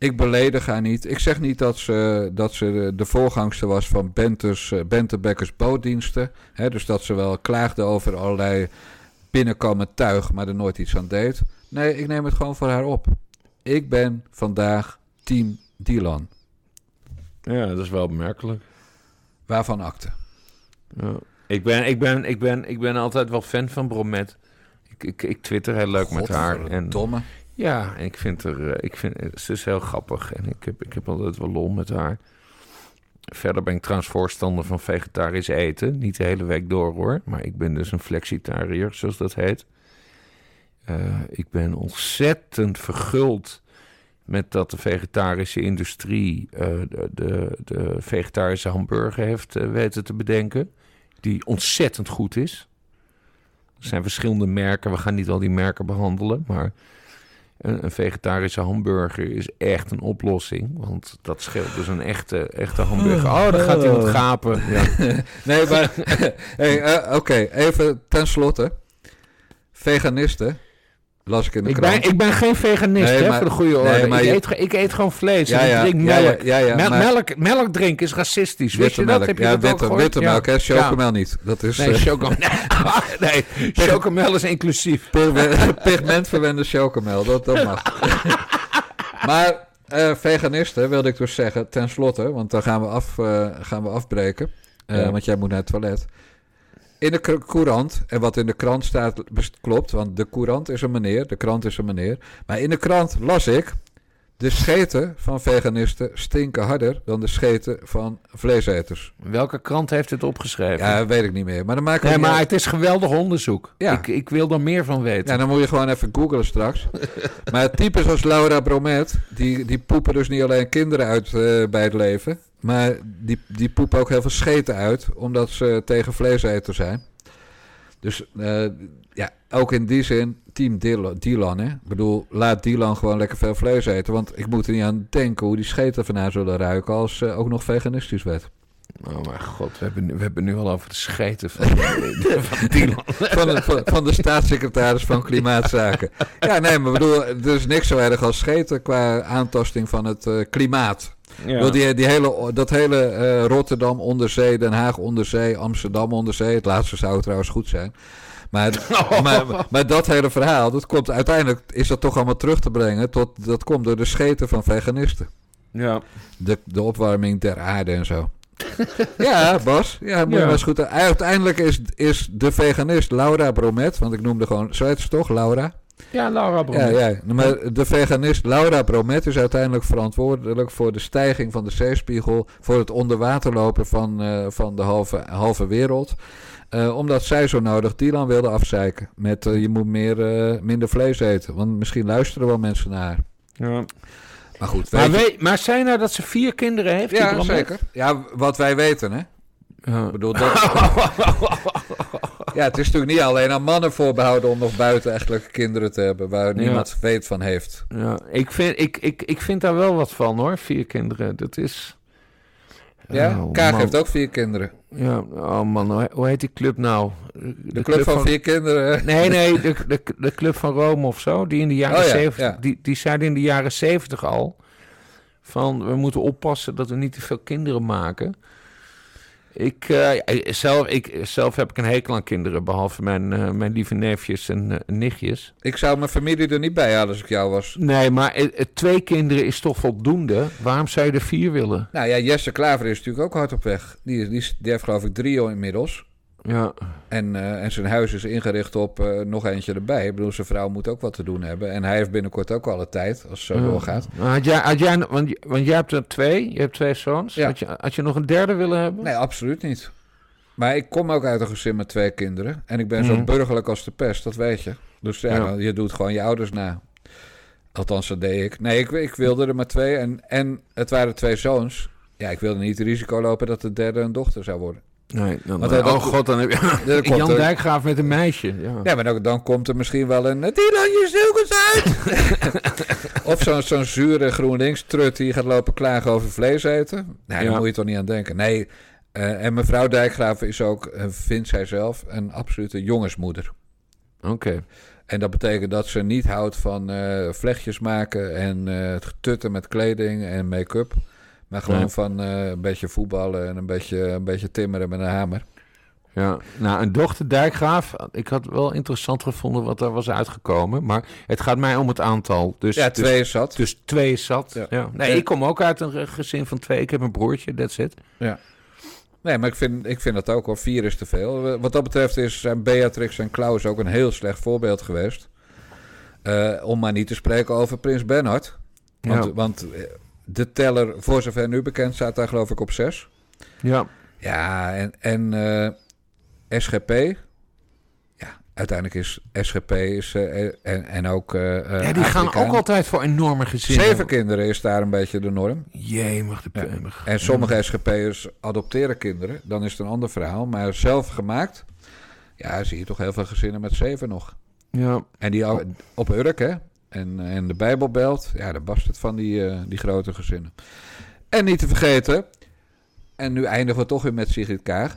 Ik beledig haar niet. Ik zeg niet dat ze, dat ze de, de voorgangster was van Bentes, uh, Bente Bekkers bootdiensten. Hè, dus dat ze wel klaagde over allerlei binnenkomend tuig, maar er nooit iets aan deed. Nee, ik neem het gewoon voor haar op. Ik ben vandaag team Dylan. Ja, dat is wel opmerkelijk. Waarvan akte? Ja. Ik, ben, ik, ben, ik, ben, ik ben altijd wel fan van Bromet. Ik, ik, ik twitter heel leuk met haar. En, domme. ja, en ik vind haar... Ik vind, ze is heel grappig. En ik heb, ik heb altijd wel lol met haar. Verder ben ik trouwens voorstander van vegetarisch eten. Niet de hele week door, hoor. Maar ik ben dus een flexitariër, zoals dat heet. Uh, ik ben ontzettend verguld met dat de vegetarische industrie uh, de, de, de vegetarische hamburger heeft uh, weten te bedenken. Die ontzettend goed is. Er zijn verschillende merken. We gaan niet al die merken behandelen. Maar een, een vegetarische hamburger is echt een oplossing. Want dat scheelt dus een echte, echte hamburger. Oh, dan gaat iemand gapen. Ja. Nee, maar... hey, uh, Oké, okay, even tenslotte. Veganisten... Las ik in de ik, krant. ben, ik ben geen veganist, nee, hè, maar, voor de goede orde. Nee, maar ik, je... eet, ik eet gewoon vlees ja, en ik ja, drink melk. Ja, ja, ja, Mel- maar... melk. Melk drinken is racistisch. Weet je dat? Heb je ja, dat witte, witte ja. melk, hè? Chocomel ja. niet. Dat is, nee, uh... chocomel. nee, chocomel is inclusief. Pigmentverwende chocomel, dat, dat mag. Maar uh, veganisten, wilde ik dus zeggen, ten slotte, want dan gaan we, af, uh, gaan we afbreken. Uh, ja. Want jij moet naar het toilet. In de courant, en wat in de krant staat klopt, want de courant is een meneer, de krant is een meneer. Maar in de krant las ik, de scheten van veganisten stinken harder dan de scheten van vleeseters. Welke krant heeft het opgeschreven? Ja, weet ik niet meer. Maar, dan maak ik nee, maar uit. Het is geweldig onderzoek. Ja. Ik, ik wil er meer van weten. Ja, dan moet je gewoon even googlen straks. Maar types als Laura Bromet, die, die poepen dus niet alleen kinderen uit uh, bij het leven... Maar die, die poepen ook heel veel scheten uit, omdat ze tegen vleeseten zijn. Dus uh, ja, ook in die zin, team Dylan, Dylan, hè. Ik bedoel, laat Dylan gewoon lekker veel vlees eten. Want ik moet er niet aan denken hoe die scheten van haar zullen ruiken als uh, ook nog veganistisch werd. Oh mijn god, we hebben, we hebben nu al over de scheten van, van Dylan. Van de, van, van de staatssecretaris van Klimaatzaken. Ja, nee, maar ik bedoel, er is niks zo erg als scheten qua aantasting van het uh, klimaat. Ja. Die, die hele, dat hele uh, Rotterdam onderzee, Den Haag onderzee, Amsterdam onderzee. Het laatste zou trouwens goed zijn. Maar, oh. maar, maar dat hele verhaal, dat komt uiteindelijk is dat toch allemaal terug te brengen. Tot, dat komt door de scheten van veganisten. Ja. De, de opwarming der aarde en zo. Ja, Bas. Ja, moet je maar eens goed. Uiteindelijk is, is de veganist Laura Bromet, want ik noemde gewoon, zo heet ze toch, Laura? Ja, Laura Bromet. Ja, ja, maar de veganist Laura Bromet is uiteindelijk verantwoordelijk voor de stijging van de zeespiegel, voor het onderwaterlopen van, uh, van de halve, halve wereld. Uh, omdat zij zo nodig Dylan wilde afzeiken met uh, je moet meer, uh, minder vlees eten. Want misschien luisteren wel mensen naar. Ja. Maar goed. Maar, weet, maar zei nou dat ze vier kinderen heeft? Ja, zeker. Ja, wat wij weten, hè. Ja. Ik bedoel, dat... ja, het is natuurlijk niet alleen aan mannen voorbehouden om nog buitenechtelijke kinderen te hebben, waar niemand ja. weet van heeft. Ja, ik vind, ik, ik, ik vind daar wel wat van, hoor. Vier kinderen, dat is... Ja, oh, Kaag man. heeft ook vier kinderen. Ja, oh man, hoe, hoe heet die club nou? De, de club, club van, van vier kinderen? Nee, nee, de, de, de club van Rome of zo, die in de jaren oh, ja, zeventig, ja. Die, die zeiden in de jaren zeventig al, van we moeten oppassen dat we niet te veel kinderen maken. Ik, uh, zelf, ik, zelf heb ik een hekel aan kinderen, behalve mijn, uh, mijn lieve neefjes en uh, nichtjes. Ik zou mijn familie er niet bij halen als ik jou was. Nee, maar uh, twee kinderen is toch voldoende? Waarom zou je er vier willen? Nou ja, Jesse Klaver is natuurlijk ook hard op weg. Die, die, die heeft geloof ik drie inmiddels. Ja. En, uh, en zijn huis is ingericht op uh, nog eentje erbij. Ik bedoel, zijn vrouw moet ook wat te doen hebben. En hij heeft binnenkort ook alle tijd, als het zo uh, doorgaat. Had jij, had jij, want, want jij hebt er twee, je hebt twee zoons. Ja. Had, je, had je nog een derde willen hebben? Nee, absoluut niet. Maar ik kom ook uit een gezin met twee kinderen. En ik ben mm. zo burgerlijk als de pest, dat weet je. Dus ja, ja. je doet gewoon je ouders na. Althans, dat deed ik. Nee, ik, ik wilde er maar twee. En, en het waren twee zoons. Ja, ik wilde niet het risico lopen dat de derde een dochter zou worden. Nee, dan, dan, oh dat, god, dan heb je Jan er, Dijkgraaf met een meisje. Ja, ja maar dan, dan komt er misschien wel een... Dylan, je zoekt uit! Of zo'n zo'n zure GroenLinks-trut die gaat lopen klagen over vlees eten. Nee, ja. Daar moet je toch niet aan denken. Nee, uh, en mevrouw Dijkgraaf is ook, uh, vindt zij zelf, een absolute jongensmoeder. Oké. Okay. En dat betekent dat ze niet houdt van uh, vlechtjes maken en uh, het tutten met kleding en make-up. Maar gewoon ja. van uh, een beetje voetballen en een beetje, een beetje timmeren met een hamer. Ja, nou, een dochter Dijkgraaf. Ik had wel interessant gevonden wat er was uitgekomen. Maar het gaat mij om het aantal. Dus, ja, twee dus, is zat. Dus twee is zat. Ja. Ja. Nee, ja. Ik kom ook uit een gezin van twee. Ik heb een broertje, that's it. Ja. Nee, maar ik vind, ik vind dat ook hoor. Vier is te veel. Wat dat betreft is zijn Beatrix en Klaus ook een heel slecht voorbeeld geweest. Uh, om maar niet te spreken over Prins Bernhard. Want, ja. want de teller, voor zover nu bekend, staat daar geloof ik op zes. Ja. Ja, en, en uh, S G P... Ja, uiteindelijk is S G P is, uh, en, en ook uh, ja, die gaan ook altijd voor enorme gezinnen. Zeven kinderen is daar een beetje de norm. Jemig de ja. En sommige ja. S G P'ers adopteren kinderen. Dan is het een ander verhaal. Maar zelf gemaakt... Ja, zie je toch heel veel gezinnen met zeven nog. Ja. En die op Urk, hè. En, en de Bijbelbelt. Ja, daar barst het van die, uh, die grote gezinnen. En niet te vergeten... En nu eindigen we toch weer met Sigrid Kaag.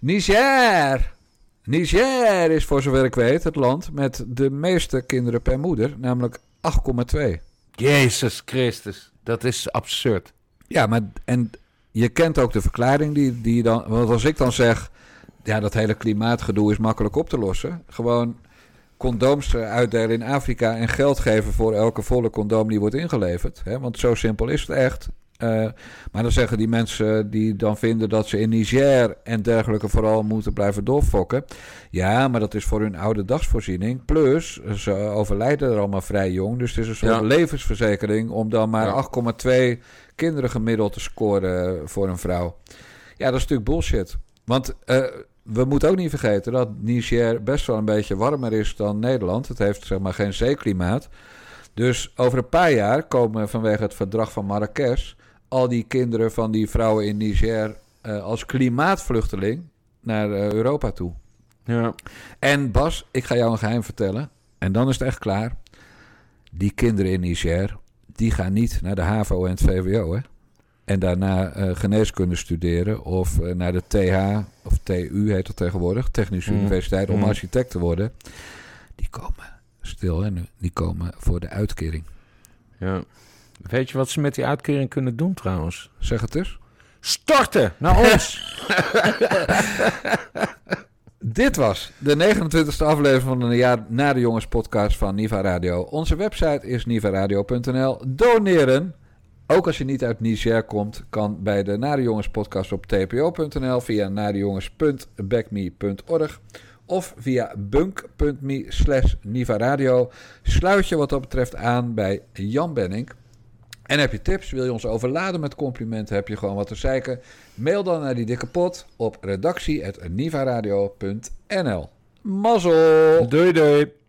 Niger! Niger is voor zover ik weet het land met de meeste kinderen per moeder. Namelijk acht komma twee. Jezus Christus, dat is absurd. Ja, maar en je kent ook de verklaring die, die dan... Want als ik dan zeg... Ja, dat hele klimaatgedoe is makkelijk op te lossen. Gewoon condooms uitdelen in Afrika en geld geven voor elke volle condoom die wordt ingeleverd. Hè? Want zo simpel is het echt. Uh, maar dan zeggen die mensen die dan vinden dat ze in Niger en dergelijke vooral moeten blijven doorfokken. Ja, maar dat is voor hun oude dagsvoorziening. Plus, ze overlijden er allemaal vrij jong. Dus het is een soort ja. levensverzekering om dan maar ja. acht komma twee kinderen gemiddeld te scoren voor een vrouw. Ja, dat is natuurlijk bullshit. Want uh, we moeten ook niet vergeten dat Niger best wel een beetje warmer is dan Nederland. Het heeft zeg maar geen zeeklimaat. Dus over een paar jaar komen vanwege het verdrag van Marrakesh al die kinderen van die vrouwen in Niger uh, als klimaatvluchteling naar uh, Europa toe. Ja. En Bas, ik ga jou een geheim vertellen. En dan is het echt klaar. Die kinderen in Niger, die gaan niet naar de HAVO en het V W O, hè? En daarna uh, geneeskunde studeren of uh, naar de T H of T U heet het tegenwoordig, Technische mm. Universiteit, om mm. architect te worden. Die komen stil, hè, nu. Die komen voor de uitkering. Ja. Weet je wat ze met die uitkering kunnen doen trouwens? Zeg het eens. Storten naar ons. Dit was de negenentwintigste aflevering van de jaar na de jongens podcast van Niva Radio. Onze website is niva radio punt n l. Doneren, ook als je niet uit Niger komt, kan bij de Nare Jongens podcast op t p o punt n l via narejongens punt backme punt org of via bunk punt me slash Niva Radio. Sluit je wat dat betreft aan bij Jan Benning. En heb je tips, wil je ons overladen met complimenten, heb je gewoon wat te zeiken, mail dan naar die dikke pot op redactie at niva radio punt n l. Mazzel! Doei doei!